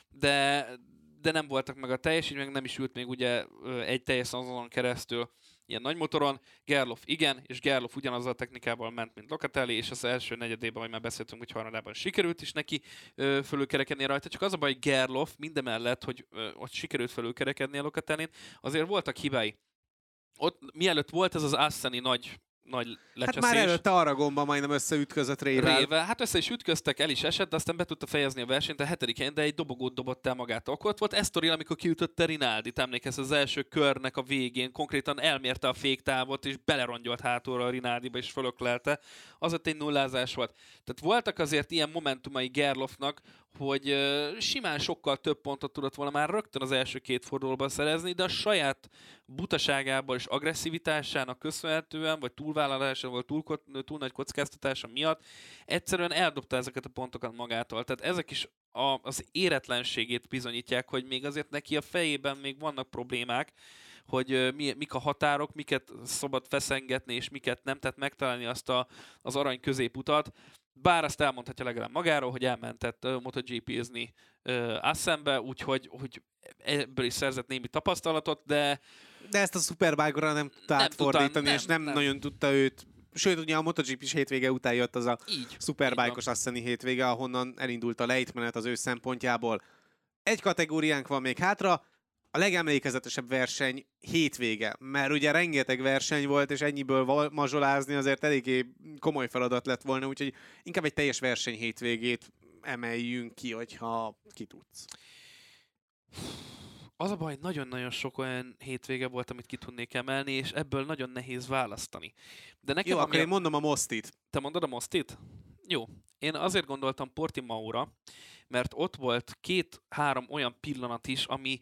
de nem voltak meg a teljesítmények, nem is ült még ugye egy teljes szezonon keresztül ilyen nagy motoron. Gerloff igen, és Gerloff ugyanazzal a technikával ment, mint Locatelli, és az első negyedében, ahogy már beszéltünk, hogy harmadában sikerült is neki fölülkerekedni rajta. Csak az a baj, hogy Gerloff mindemellett, hogy ott sikerült fölülkerekedni a Locatellin, azért voltak hibái. Ott mielőtt volt ez az Asseni nagy lecseszés. Hát már előtte Aragonban majdnem összeütközött Rével. Hát össze is ütköztek, el is esett, de aztán be tudta fejezni a versenyt a 7. helyen, de egy dobogót dobott el magától. Akkor ott volt Estoril, amikor kiütötte Rinaldit, emlékezz az első körnek a végén, konkrétan elmérte a féktávot, és belerongyolt hátulra a Rinaldiba, és fölöklelte. Az ott egy nullázás volt. Tehát voltak azért ilyen momentumai Gerloffnak, hogy simán sokkal több pontot tudott volna már rögtön az első két fordulóban szerezni, de a saját butaságából és agresszivitásának köszönhetően, vagy túlvállalása, vagy túl nagy kockáztatása miatt egyszerűen eldobta ezeket a pontokat magától. Tehát ezek is az éretlenségét bizonyítják, hogy még azért neki a fejében még vannak problémák, hogy mik a határok, miket szabad feszengetni, és miket nem, tehát megtalálni azt az arany középutat. Bár azt elmondhatja legalább magáról, hogy elmentett MotoGP-zni Assenbe, úgyhogy ebből is szerzett némi tapasztalatot, de ezt a Superbike-ra nem tudta átfordítani, és nem nagyon tudta őt. Sőt, ugye a MotoGP-s hétvége után jött az a Superbike-os Asseni hétvége, ahonnan elindult a lejtmenet az ő szempontjából. Egy kategóriánk van még hátra, a legemlékezetesebb verseny hétvége, mert ugye rengeteg verseny volt, és ennyiből mazsolázni azért eléggé komoly feladat lett volna, úgyhogy inkább egy teljes verseny hétvégét emeljünk ki, hogyha ki tudsz. Az a baj, nagyon-nagyon sok olyan hétvége volt, amit ki tudnék emelni, és ebből nagyon nehéz választani. De nekem, jó, akkor én mondom a Mostit. Te mondod a Mostit? Jó. Én azért gondoltam Portimaóra, mert ott volt 2-3 olyan pillanat is, ami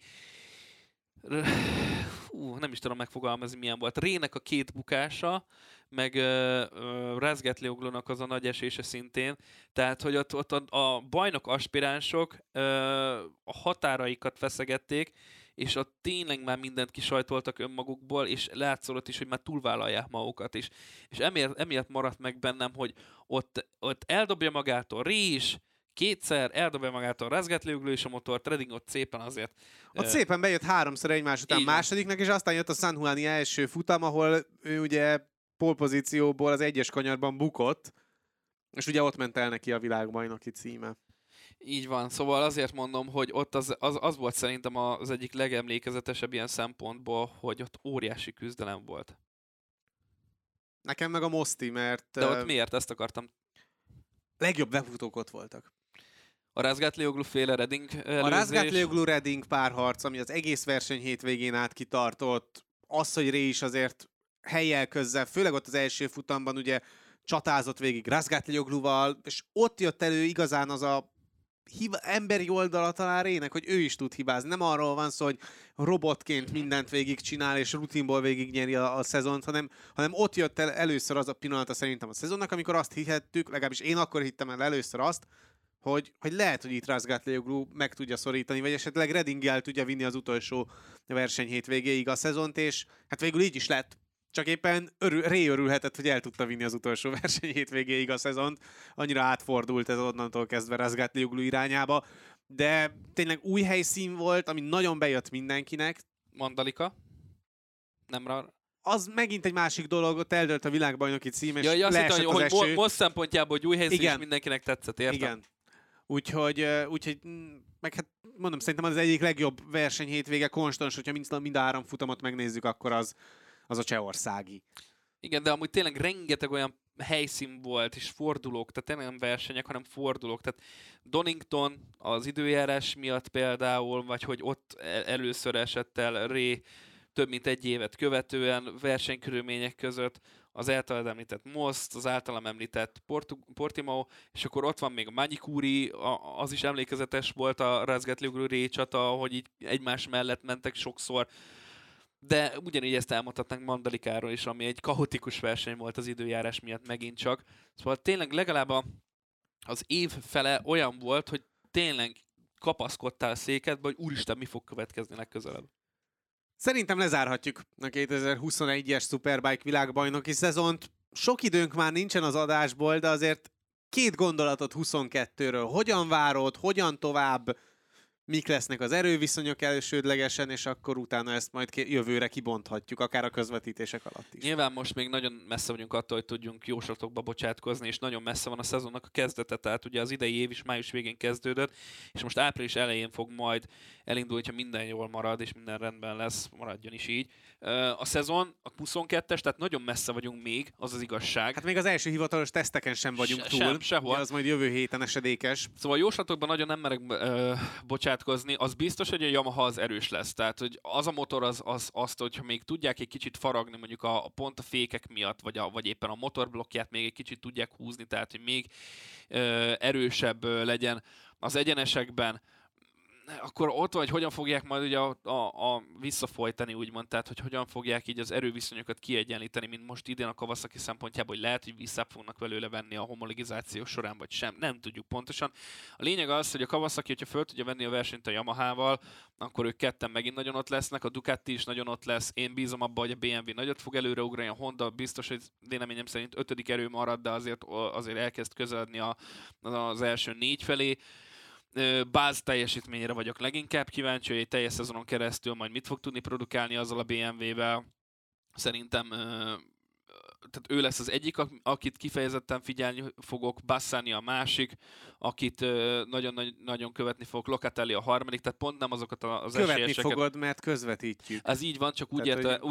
nem is tudom megfogalmazni, milyen volt. Rének a 2 bukása, meg Razgatlioglunak az a nagy esése szintén. Tehát, hogy ott a bajnok aspiránsok a határaikat feszegették, és ott tényleg már mindent kisajtoltak önmagukból, és látszott is, hogy már túlvállalják magukat is. És emiatt maradt meg bennem, hogy ott eldobja magától Ré is, kétszer, eldobja magától Razgatlioglu és a motort, Redding ott szépen azért. Ott szépen bejött 3-szor egymás után másodiknak, és aztán jött a San Juani első futam, ahol ő ugye polpozícióból az egyes kanyarban bukott, és ugye ott ment el neki a világbajnoki címe. Így van, szóval azért mondom, hogy ott az volt szerintem az egyik legemlékezetesebb ilyen szempontból, hogy ott óriási küzdelem volt. Nekem meg a Moszti, mert... De ott miért? Ezt akartam. Legjobb befutók ott voltak. A Razgatlioglu féle Redding előzés. A Razgatlioglu Redding párharc, ami az egész verseny hétvégén át kitartott. Az, hogy Ré is azért helyjel közzel, főleg ott az első futamban ugye csatázott végig Razgatliogluval, és ott jött elő igazán az a emberi oldala talán Rének, hogy ő is tud hibázni. Nem arról van szó, hogy robotként mindent végigcsinál, és rutinból végignyeri a szezont, hanem ott jött el először az a pillanata szerintem a szezonnak, amikor azt hihettük, legalábbis én akkor hittem el először azt, hogy lehet, hogy itt Razgatlioglu meg tudja szorítani, vagy esetleg Reddinggel tudja vinni az utolsó verseny hétvégéig a szezont, és hát végül így is lett. Csak éppen Ré örülhetett, hogy el tudta vinni az utolsó verseny hétvégéig a szezont. Annyira átfordult ez onnantól kezdve Razgatlioglu irányába. De tényleg új helyszín volt, ami nagyon bejött mindenkinek. Mandalika. Nem az megint egy másik dolog, ott eldőlt a világbajnoki cím, és azt leesett hittem, az hogy eső. most szempontjából, hogy új helyszín Igen. is mindenkinek tetszett, értem? Igen. Úgyhogy meg hát mondom, szerintem az egyik legjobb verseny hétvége konstans, hogyha mind a 3 futamot megnézzük, akkor az a csehországi. Igen, de amúgy tényleg rengeteg olyan helyszín volt, és fordulók, tehát nem versenyek, hanem fordulók. Tehát Donington az időjárás miatt például, vagy hogy ott először esett el Ré több mint egy évet követően versenykörülmények között, az általad említett Most, az általam említett Portimao, és akkor ott van még a Magny-Cours, az is emlékezetes volt a Razgatlioglu Ré csata, hogy így egymás mellett mentek sokszor. De ugyanígy ezt elmondhatnánk Mandalikáról is, ami egy kaotikus verseny volt az időjárás miatt megint csak. Szóval tényleg legalább az év fele olyan volt, hogy tényleg kapaszkodtál a székedbe, hogy úristen, mi fog következni legközelebb. Szerintem lezárhatjuk a 2021-es Superbike világbajnoki szezont. Sok időnk már nincsen az adásból, de azért 2 gondolatot 22-ről. Hogyan várod, hogyan tovább, mik lesznek az erőviszonyok elsődlegesen, és akkor utána ezt majd jövőre kibonthatjuk, akár a közvetítések alatt is. Nyilván most még nagyon messze vagyunk attól, hogy tudjunk jóslatokba bocsátkozni, és nagyon messze van a szezonnak a kezdete, tehát ugye az idei év is május végén kezdődött, és most április elején fog majd elindulni, ha minden jól marad, és minden rendben lesz, maradjon is így. A szezon, a 22-es, tehát nagyon messze vagyunk még, az az igazság. Hát még az első hivatalos teszteken sem vagyunk túl. Sehol. Az majd jövő héten esedékes. Szóval jóslatokban nagyon nem merek bocsátkozni. Az biztos, hogy a Yamaha az erős lesz. Tehát, hogy az a motor azt, hogyha még tudják egy kicsit faragni mondjuk pont a fékek miatt, vagy éppen a motorblokkját még egy kicsit tudják húzni, tehát, hogy még erősebb legyen az egyenesekben, akkor ott vagy, hogyan fogják majd ugye a visszafolytani, úgymond, tehát hogy hogyan fogják így az erőviszonyokat kiegyenlíteni, mint most idén a Kawasaki szempontjából, hogy lehet, hogy vissza fognak belőle venni a homologizáció során, vagy sem, nem tudjuk pontosan. A lényeg az, hogy a Kawasaki, hogyha föl tudja venni a versenyt a Yamahával, akkor ők ketten megint nagyon ott lesznek, a Ducati is nagyon ott lesz, én bízom abba, hogy a BMW nagyot fog előreugrani, a Honda biztos, hogy véleményem szerint 5. erő marad, de azért elkezd közeledni az első 4 felé. Báz teljesítményére vagyok leginkább kíváncsi, hogy egy teljes szezonon keresztül majd mit fog tudni produkálni azzal a BMW-vel. Szerintem tehát ő lesz az egyik, akit kifejezetten figyelni fogok, Bassani a másik, akit nagyon követni fogok, Locatelli a harmadik, tehát pont nem azokat az követni esélyeseket. Követni fogod, mert közvetítjük. Ez így van, csak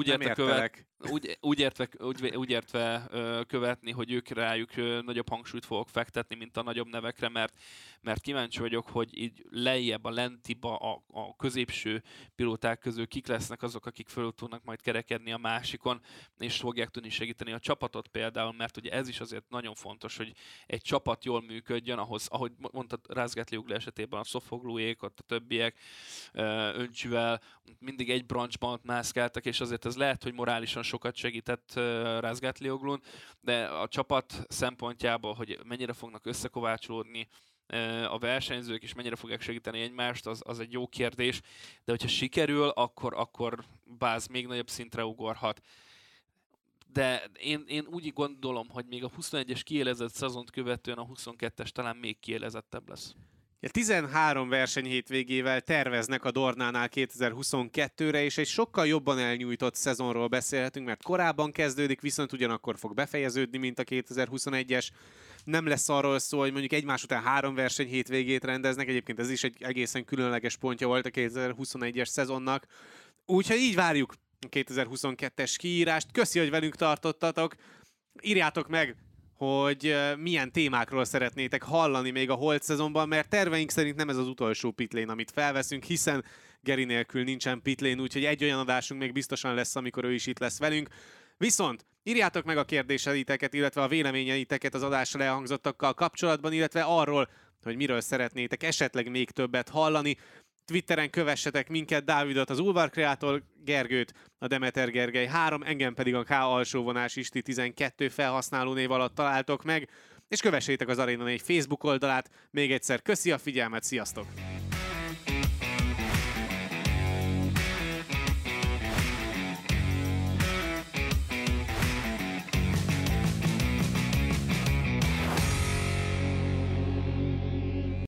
úgy értve követni, hogy ők rájuk nagyobb hangsúlyt fogok fektetni, mint a nagyobb nevekre, mert kíváncsi vagyok, hogy így lejjebb a lentiba a középső pilóták közül kik lesznek azok, akik föl tudnak majd kerekedni a másikon, és fogják tudni segíteni a csapatot például, mert ugye ez is azért nagyon fontos, hogy egy csapat jól működjön, ahhoz, ahogy mondtad, Razgatlioglu esetében a Sofogluék, ott a többiek Öncsüvel mindig egy branchban ott mászkáltak, és azért ez lehet, hogy morálisan sokat segített Razgatlioglu, de a csapat szempontjából, hogy mennyire fognak összekovácsolódni a versenyzők, és mennyire fogják segíteni egymást, az egy jó kérdés, de hogyha sikerül, akkor Báz még nagyobb szintre ugorhat. de én úgy gondolom, hogy még a 21-es kiélezett szezont követően a 22-es talán még kiélezettebb lesz. 13 verseny hétvégével terveznek a Dornánál 2022-re, és egy sokkal jobban elnyújtott szezonról beszélhetünk, mert korábban kezdődik, viszont ugyanakkor fog befejeződni, mint a 2021-es. Nem lesz arról szó, hogy mondjuk egymás után 3 verseny hétvégét rendeznek, egyébként ez is egy egészen különleges pontja volt a 2021-es szezonnak. Úgyhogy így várjuk a 2022-es kiírást. Köszi, hogy velünk tartottatok. Írjátok meg, hogy milyen témákról szeretnétek hallani még a holt szezonban, mert terveink szerint nem ez az utolsó pitlane, amit felveszünk, hiszen Geri nélkül nincsen pitlane, úgyhogy egy olyan adásunk még biztosan lesz, amikor ő is itt lesz velünk. Viszont írjátok meg a kérdéseiteket, illetve a véleményeiteket az adásra elhangzottakkal kapcsolatban, illetve arról, hogy miről szeretnétek esetleg még többet hallani. Twitteren kövessetek minket, Dávidot, az Ulvar Kreator, Gergőt, a Demeter Gergely 3, engem pedig a K_alsóvonás Isti 12 felhasználó név alatt találtok meg, és kövessétek az Arena 4 Facebook oldalát. Még egyszer köszi a figyelmet, sziasztok!